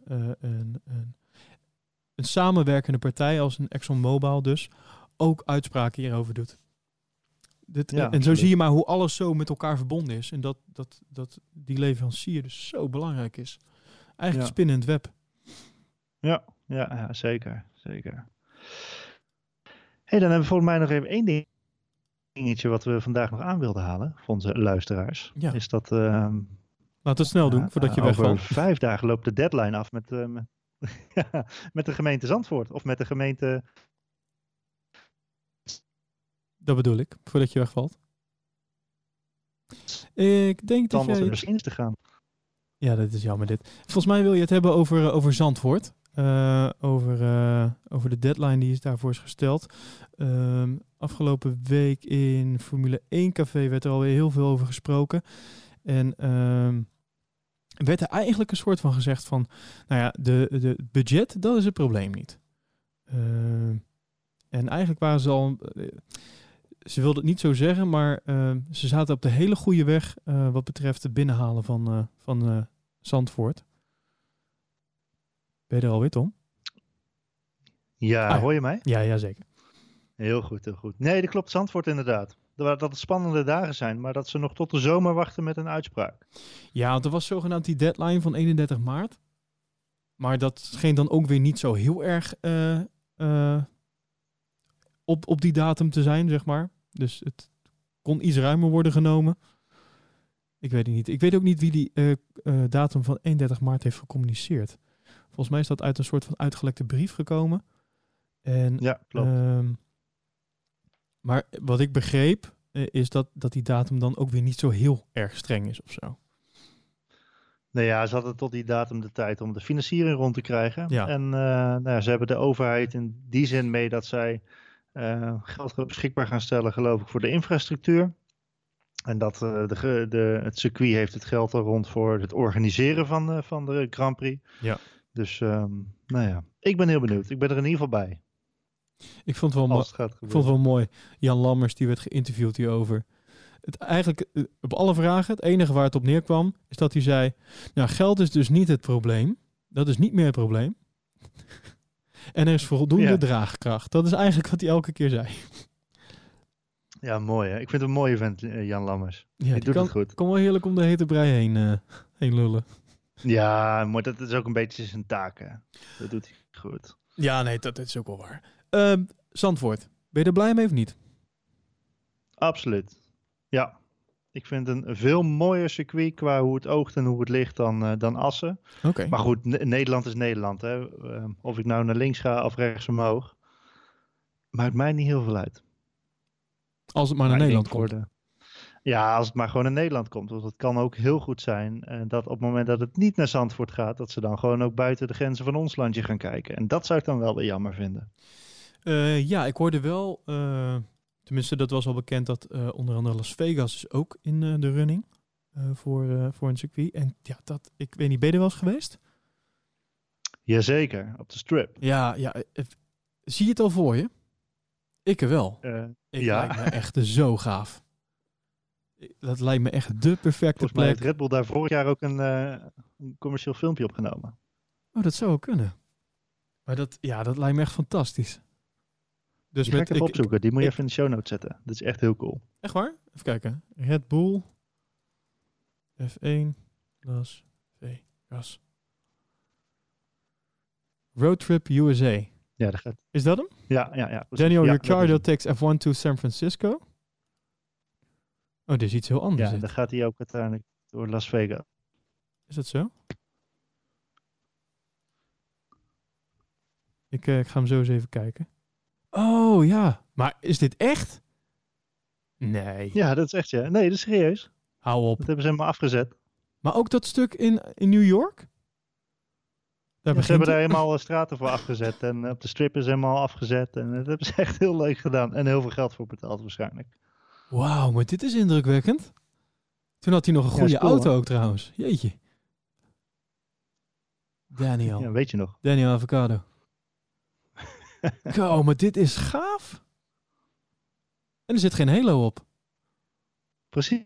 samenwerkende partij als een ExxonMobil dus ook uitspraken hierover doet. En zo zie je maar hoe alles zo met elkaar verbonden is. En dat die leverancier dus zo belangrijk is. Eigenlijk spinnen in het web.
Ja, zeker. Hey, dan hebben we volgens mij nog even één dingetje wat we vandaag nog aan wilden halen voor onze luisteraars.
Ja.
Is dat...
Laten we het snel doen, voordat je wegvalt.
Over 5 dagen loopt de deadline af met de gemeente Zandvoort. Of met de gemeente...
Dat bedoel ik, voordat je wegvalt. Ik denk dat
jij... misschien is te gaan.
Ja, dat is jammer dit. Volgens mij wil je het hebben over Zandvoort. Over de deadline die daarvoor is gesteld. Afgelopen week in Formule 1 Café werd er alweer heel veel over gesproken. En werd er eigenlijk een soort van gezegd van... Nou ja, de budget, dat is het probleem niet. En eigenlijk waren ze al... Ze wilden het niet zo zeggen, maar ze zaten op de hele goede weg... wat betreft het binnenhalen van Zandvoort. Ben je er alweer, Tom?
Ja, hoor je mij?
Ja, zeker.
Heel goed. Nee, dat klopt. Zandvoort inderdaad. Dat het spannende dagen zijn, maar dat ze nog tot de zomer wachten met een uitspraak.
Ja, want er was zogenaamd die deadline van 31 maart. Maar dat scheen dan ook weer niet zo heel erg op die datum te zijn, zeg maar. Dus het kon iets ruimer worden genomen. Ik weet het niet. Ik weet ook niet wie die datum van 31 maart heeft gecommuniceerd. Volgens mij is dat uit een soort van uitgelekte brief gekomen. En,
ja, klopt.
Maar wat ik begreep is dat die datum dan ook weer niet zo heel erg streng is of zo.
Nou ja, ze hadden tot die datum de tijd om de financiering rond te krijgen.
Ja.
En ze hebben de overheid in die zin mee dat zij geld beschikbaar gaan stellen, geloof ik, voor de infrastructuur. En dat het circuit heeft het geld er rond voor het organiseren van de Grand Prix.
Ja.
Dus, ik ben heel benieuwd. Ik ben er in ieder geval bij.
Ik vond het wel mooi. Jan Lammers, die werd geïnterviewd hierover. Eigenlijk op alle vragen, het enige waar het op neerkwam, is dat hij zei, nou, geld is dus niet het probleem. Dat is niet meer het probleem. En er is voldoende draagkracht. Dat is eigenlijk wat hij elke keer zei.
Ja, mooi hè. Ik vind het een mooie vent, Jan Lammers.
Ja,
die doet het goed.
Kom wel heerlijk om de hete brei heen lullen.
Ja, maar dat is ook een beetje zijn taak hè. Dat doet hij goed.
Ja, nee, dat is ook wel waar. Zandvoort, ben je er blij mee of niet?
Absoluut. Ja, ik vind een veel mooier circuit qua hoe het oogt en hoe het ligt dan Assen.
Okay.
Maar goed, Nederland is Nederland. Hè. Of ik nou naar links ga of rechts omhoog, maakt mij niet heel veel uit.
Als het maar naar Nederland komt.
Ja, als het maar gewoon naar Nederland komt. Want het kan ook heel goed zijn dat op het moment dat het niet naar Zandvoort gaat, dat ze dan gewoon ook buiten de grenzen van ons landje gaan kijken. En dat zou ik dan wel weer jammer vinden.
Ja, ik hoorde wel... Tenminste, dat was al bekend dat onder andere Las Vegas is ook in de running voor een circuit. En ja, ik weet niet, ben je er wel eens geweest?
Jazeker, op de Strip.
Ja, Zie je het al voor je? Ik wel. Lijkt me echt zo gaaf. Dat lijkt me echt de perfecte
Volgens
plek.
mij heeft Red Bull daar vorig jaar ook een commercieel filmpje opgenomen.
Oh, dat zou wel kunnen. Maar dat lijkt me echt fantastisch. Dus
Die ga ik even opzoeken. Die moet je even in de show notes zetten. Dat is echt heel cool.
Echt waar? Even kijken. Red Bull. F1. Las Vegas. Roadtrip USA.
Ja, dat gaat.
Is dat hem?
Ja.
Daniel Ricciardo takes F1 to San Francisco. Oh, dit is iets heel anders.
Ja, dan gaat hij ook uiteindelijk door Las Vegas.
Is dat zo? Ik ga hem zo eens even kijken. Oh ja, maar is dit echt? Nee.
Ja, dat is echt ja. Nee, dat is serieus.
Hou op.
Dat hebben ze helemaal afgezet.
Maar ook dat stuk in New York?
Ze hebben daar helemaal straten voor afgezet. En op de strip is helemaal afgezet. En dat hebben ze echt heel leuk gedaan. En heel veel geld voor betaald waarschijnlijk.
Wauw, maar dit is indrukwekkend. Toen had hij nog een goede auto ook trouwens. Jeetje. Daniel.
Ja, weet je nog.
Daniel Avocado. Oh, maar dit is gaaf. En er zit geen halo op.
Precies.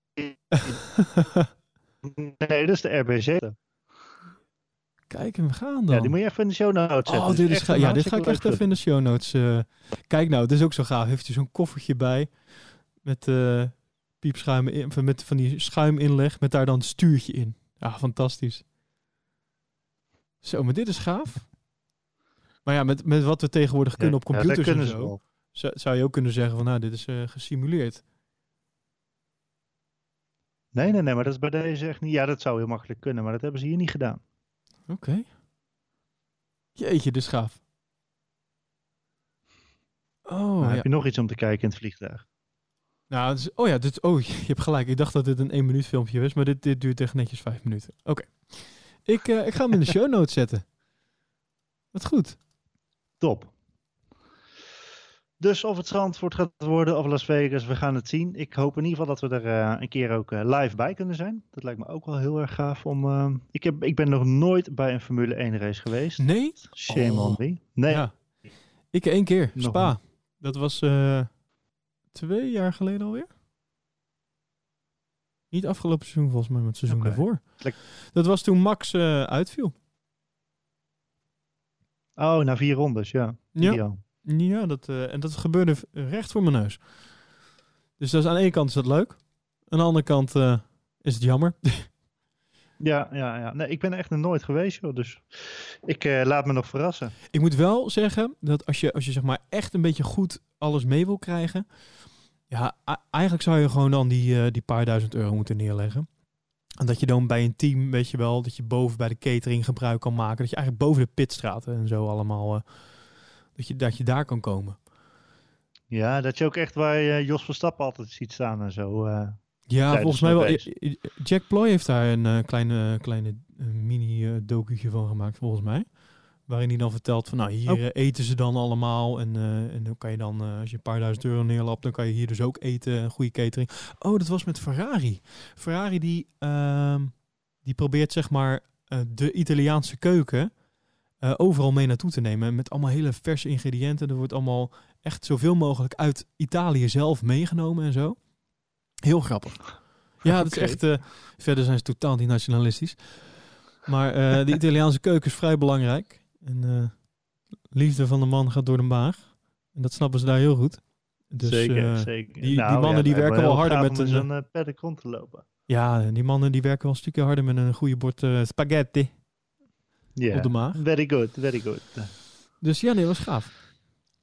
Nee, dat is de RB7.
Kijk hem gaan dan.
Ja, die moet je even in de show notes zetten.
Oh, dit is gaaf. Ja, dit ga ik echt even in de show notes. Kijk nou, dit is ook zo gaaf. Heeft hij zo'n koffertje bij met piepschuim met van die schuiminleg met daar dan een stuurtje in. Ja, fantastisch. Zo, maar dit is gaaf. Maar ja, met wat we tegenwoordig kunnen op computers en zo, zou je ook kunnen zeggen van, nou, dit is gesimuleerd.
Nee, maar dat is bij deze echt niet. Ja, dat zou heel makkelijk kunnen, maar dat hebben ze hier niet gedaan.
Oké. Jeetje, dit is gaaf. Oh,
Heb je nog iets om te kijken in het vliegtuig?
Nou, je hebt gelijk. Ik dacht dat dit een 1 minuut filmpje was, maar dit duurt echt netjes 5 minuten. Oké. Ik ga hem in de show notes zetten. Wat goed.
Top. Dus of het Zandvoort gaat worden of Las Vegas, we gaan het zien. Ik hoop in ieder geval dat we er een keer ook live bij kunnen zijn. Dat lijkt me ook wel heel erg gaaf om... Ik ben nog nooit bij een Formule 1 race geweest.
Nee?
Shame on me. Nee.
Ja. Ik 1 keer. Spa. Dat was 2 jaar geleden alweer. Niet afgelopen seizoen volgens mij, maar het seizoen daarvoor. Dat was toen Max uitviel.
Oh, na 4 rondes, ja.
Ja. Ja, en dat gebeurde recht voor mijn neus. Dus aan de ene kant is dat leuk. Aan de andere kant is het jammer.
Ja. Nee, ik ben er echt nog nooit geweest, joh. Dus ik laat me nog verrassen.
Ik moet wel zeggen dat als je zeg maar echt een beetje goed alles mee wil krijgen... Ja, eigenlijk zou je gewoon dan die paar duizend euro moeten neerleggen. En dat je dan bij een team, weet je wel, dat je boven bij de catering gebruik kan maken. Dat je eigenlijk boven de pitstraten en zo allemaal... Dat je daar kan komen.
Ja, dat je ook echt waar je Jos Verstappen altijd ziet staan en zo.
Ja, volgens mij wel. Jack Ploy heeft daar een kleine mini-docu'tje van gemaakt, volgens mij. Waarin hij dan vertelt van, nou, hier eten ze dan allemaal. En dan kan je dan, als je een paar duizend euro neerlapt, dan kan je hier dus ook eten. Een goede catering. Oh, dat was met Ferrari. Ferrari die probeert, zeg maar, de Italiaanse keuken... overal mee naartoe te nemen. Met allemaal hele verse ingrediënten. Er wordt allemaal echt zoveel mogelijk uit Italië zelf meegenomen en zo. Heel grappig. Ja, dat is echt... verder zijn ze totaal niet nationalistisch. Maar de Italiaanse keuken is vrij belangrijk. En liefde van de man gaat door de maag. En dat snappen ze daar heel goed. Dus,
zeker.
Die mannen die werken wel harder met
een paddock rond te lopen.
Ja, die mannen die werken wel een stukje harder met een goede bord spaghetti.
Yeah,
op de maag.
Very good.
Dus ja, nee, dat was gaaf.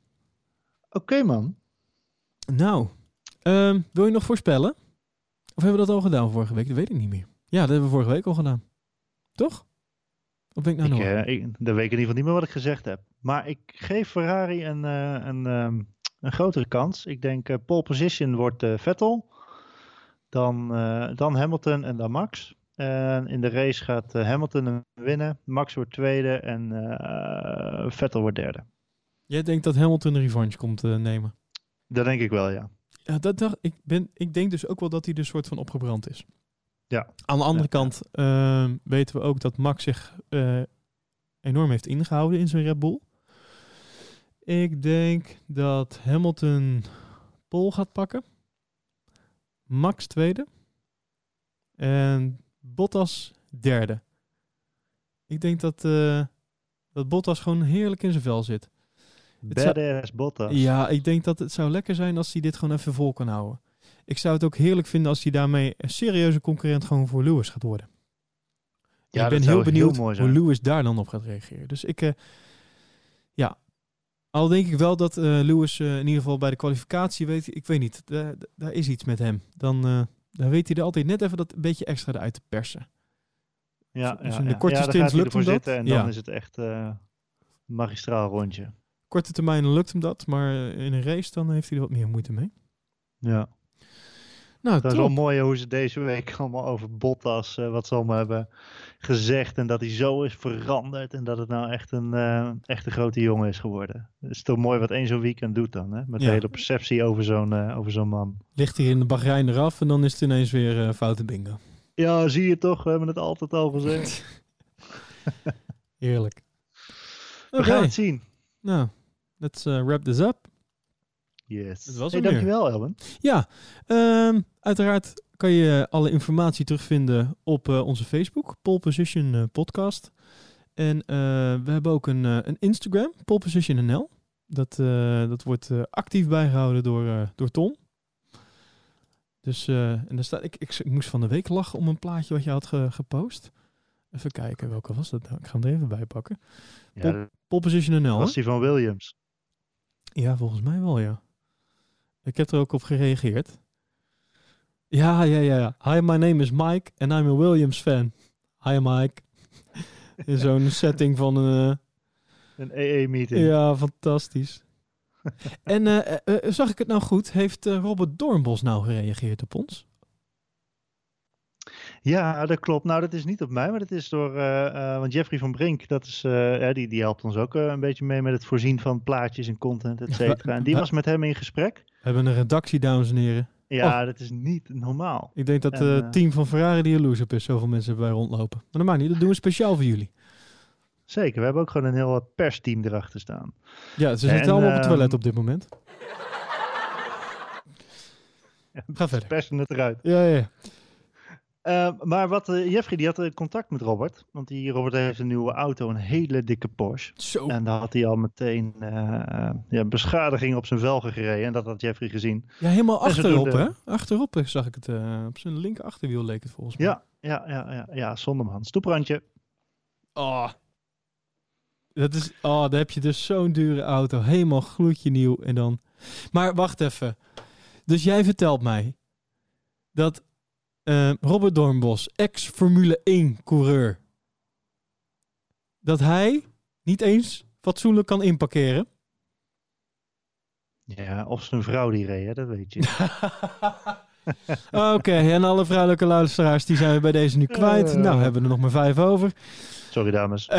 Oké, man.
Nou, wil je nog voorspellen? Of hebben we dat al gedaan vorige week? Dat weet ik niet meer. Ja, dat hebben we vorige week al gedaan. Toch? Of ben ik nou nog?
Dan weet ik in ieder geval niet meer wat ik gezegd heb. Maar ik geef Ferrari een grotere kans. Ik denk pole position wordt Vettel. Dan Hamilton en dan Max. En in de race gaat Hamilton winnen. Max wordt tweede en Vettel wordt derde.
Jij denkt dat Hamilton een revanche komt nemen?
Dat denk ik wel, ja.
Ja, dat dacht ik. Ik denk dus ook wel dat hij er soort van opgebrand is.
Ja.
Aan de andere kant weten we ook dat Max zich enorm heeft ingehouden in zijn Red Bull. Ik denk dat Hamilton pole gaat pakken. Max tweede. En Bottas derde. Ik denk dat Bottas gewoon heerlijk in zijn vel zit.
Badass Bottas.
Ja, ik denk dat het zou lekker zijn als hij dit gewoon even vol kan houden. Ik zou het ook heerlijk vinden als hij daarmee een serieuze concurrent gewoon voor Lewis gaat worden. Ja, ik ben heel benieuwd hoe Lewis daar dan op gaat reageren. Dus al denk ik wel dat Lewis in ieder geval bij de kwalificatie weet, ik weet niet, daar is iets met hem. Dan weet hij er altijd net even dat een beetje extra eruit te persen.
Dus
in de korte stints lukt hem dat.
Zitten en dan is het echt magistraal rondje.
Korte termijn lukt hem dat, maar in een race dan heeft hij er wat meer moeite mee.
Ja.
Nou,
dat is wel mooi hoe ze deze week allemaal over Bottas, wat ze allemaal hebben gezegd. En dat hij zo is veranderd. En dat het nou echt een grote jongen is geworden. Het is toch mooi wat één zo'n weekend doet dan. Hè? Met de hele perceptie over zo'n man.
Ligt hier in de Bahrein eraf en dan is het ineens weer foute bingo.
Ja, zie je toch. We hebben het altijd al gezegd.
Heerlijk.
We gaan het zien.
Nou, let's wrap this up.
Yes.
Dankjewel,
Elben.
Ja, uiteraard kan je alle informatie terugvinden op onze Facebook, Pole Position Podcast. En we hebben ook een Instagram, Pole Position NL. Dat wordt actief bijgehouden door Tom. Dus en daar staat, ik moest van de week lachen om een plaatje wat je had gepost. Even kijken, welke was dat nou? Ik ga hem er even bij pakken. Pole Position NL.
Was die van Williams?
Ja, volgens mij wel, ja. Ik heb er ook op gereageerd. Ja. Hi, my name is Mike and I'm a Williams fan. Hi, Mike. In zo'n setting van een
AA-meeting.
Ja, fantastisch. En zag ik het nou goed? Heeft Robert Doornbos nou gereageerd op ons?
Ja, dat klopt. Nou, dat is niet op mij, maar dat is door... want Jeffrey van Brink, dat is, die helpt ons ook een beetje mee met het voorzien van plaatjes en content, et cetera. En die was met hem in gesprek.
We hebben een redactie, dames en heren.
Ja, dat is niet normaal.
Ik denk dat het team van Ferrari die jaloers op is. Zoveel mensen bij rondlopen. Maar dat maakt niet. Dat doen we speciaal voor jullie.
Zeker. We hebben ook gewoon een heel persteam erachter staan.
Ja, ze zitten allemaal op het toilet op dit moment. Ga verder.
Persen het eruit.
Ja.
Maar Jeffrey die had contact met Robert. Want Robert heeft een nieuwe auto, een hele dikke Porsche.
Zo.
En daar had hij al meteen beschadiging op zijn velgen gereden. En dat had Jeffrey gezien.
Ja, helemaal achterop, hè? Achterop zag ik het. Op zijn linker achterwiel leek het volgens mij.
Ja, Zonderman. Stoeprandje.
Oh. Daar heb je dus zo'n dure auto. Helemaal gloedje nieuw. En dan... Maar wacht even. Dus jij vertelt mij dat Robert Doornbos, ex-Formule 1 coureur, dat hij niet eens fatsoenlijk kan inparkeren?
Ja, of zijn vrouw die reed, hè? Dat weet je.
Oké, en alle vrouwelijke luisteraars die zijn we bij deze nu kwijt. Nou, hebben we er nog maar 5 over.
Sorry, dames.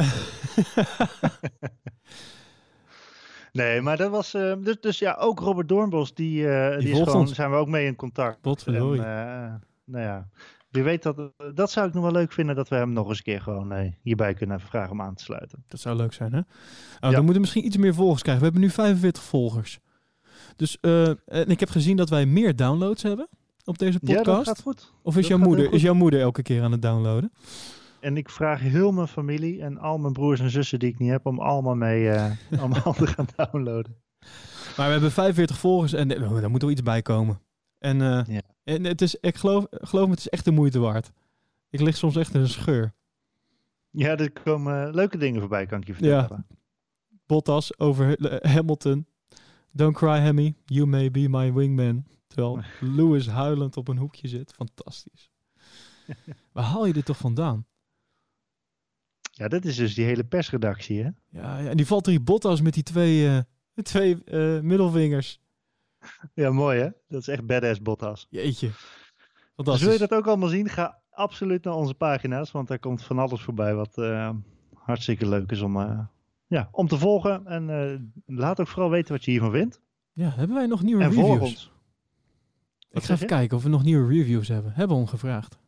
Nee, maar dat was... Dus ja, ook Robert Doornbos, die is gewoon... Zijn we ook mee in contact.
Potverdorie.
Nou ja, wie weet dat zou ik nog wel leuk vinden, dat we hem nog eens een keer gewoon hierbij kunnen vragen om aan te sluiten.
Dat zou leuk zijn, hè? Dan moeten we misschien iets meer volgers krijgen. We hebben nu 45 volgers. Dus en ik heb gezien dat wij meer downloads hebben op deze podcast.
Ja, dat gaat goed.
Of is jouw moeder elke keer aan het downloaden?
En ik vraag heel mijn familie en al mijn broers en zussen die ik niet heb om allemaal allemaal te gaan downloaden.
Maar we hebben 45 volgers en daar moet er iets bij komen. En het is, ik geloof me, het is echt de moeite waard. Ik lig soms echt in een scheur.
Ja, er komen leuke dingen voorbij, kan ik je vertellen.
Ja. Bottas over Hamilton. Don't cry, Hammy. You may be my wingman. Terwijl Lewis huilend op een hoekje zit. Fantastisch. Waar haal je dit toch vandaan?
Ja, dat is dus die hele persredactie, hè?
Ja, en die Valtteri Bottas met die twee middelvingers.
Ja, mooi hè? Dat is echt badass Bottas.
Jeetje.
Dus wil je dat ook allemaal zien? Ga absoluut naar onze pagina's, want daar komt van alles voorbij wat hartstikke leuk is om te volgen. En laat ook vooral weten wat je hiervan vindt.
Ja, hebben wij nog nieuwe reviews?
Volg ons.
Ik ga even kijken of we nog nieuwe reviews hebben. Hebben we gevraagd?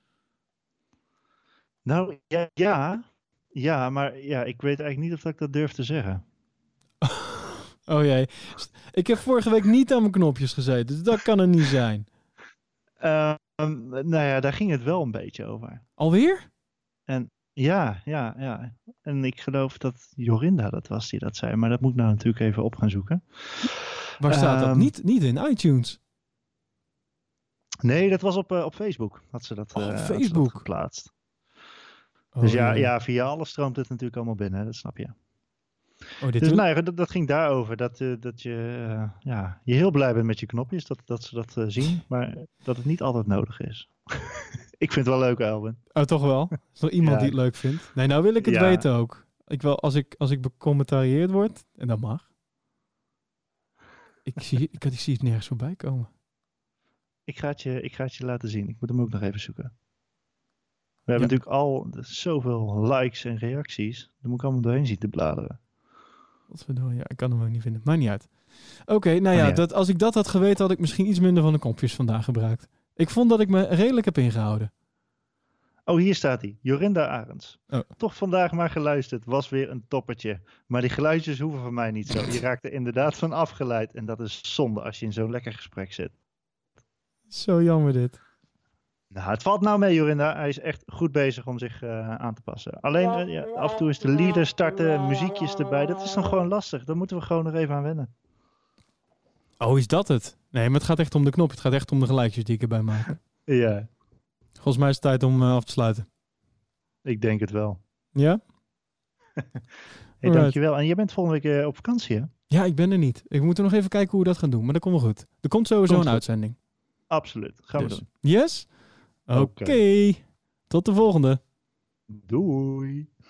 Nou, ja, maar ja, ik weet eigenlijk niet of ik dat durf te zeggen.
Oh jee. Ik heb vorige week niet aan mijn knopjes gezeten, dus dat kan er niet zijn.
Nou ja, daar ging het wel een beetje over.
Alweer?
En ja. En ik geloof dat Jorinda dat was die dat zei. Maar dat moet ik nou natuurlijk even op gaan zoeken.
Waar staat dat? Niet in iTunes.
Nee, dat was op Facebook. Had ze dat,
Facebook
geplaatst.
Oh,
Dus ja, via alles stroomt het natuurlijk allemaal binnen. Hè? Dat snap je.
Dus
nou ja, dat ging daarover. Dat je heel blij bent met je knopjes. Dat ze dat zien. Maar dat het niet altijd nodig is. Ik vind het wel leuk, Elwin.
Oh, toch wel? Is er iemand die het leuk vindt? Nee, nou wil ik het weten ook. Ik wil, als ik becommentarieerd word, en dat mag. Ik zie het nergens voorbij komen.
Ik ga het je laten zien. Ik moet hem ook nog even zoeken. We hebben natuurlijk al zoveel likes en reacties. Daar moet ik allemaal doorheen zien te bladeren.
Wat verdorie, ja, ik kan hem ook niet vinden. Maakt niet uit. Oké, nou ja, als ik dat had geweten, had ik misschien iets minder van de knopjes vandaag gebruikt. Ik vond dat ik me redelijk heb ingehouden.
Oh, hier staat hij. Jorinda Arends.
Oh.
Toch vandaag maar geluisterd. Was weer een toppertje. Maar die geluidjes hoeven van mij niet zo. Je raakt er inderdaad van afgeleid. En dat is zonde als je in zo'n lekker gesprek zit.
Zo jammer dit.
Nou, het valt nou mee, Jorinda. Hij is echt goed bezig om zich aan te passen. Alleen af en toe is de leader starten, muziekjes erbij. Dat is dan gewoon lastig. Daar moeten we gewoon nog even aan wennen.
Oh, is dat het? Nee, maar het gaat echt om de knop. Het gaat echt om de geluidjes die ik erbij maak.
Ja.
Volgens mij is het tijd om af te sluiten.
Ik denk het wel.
Ja?
Hey, dankjewel. En je bent volgende week op vakantie, hè?
Ja, ik ben er niet. Ik moet er nog even kijken hoe we dat gaan doen. Maar dat komt wel goed. Er komt sowieso een uitzending.
Absoluut. Gaan we doen.
Yes? Oké. Tot de volgende.
Doei.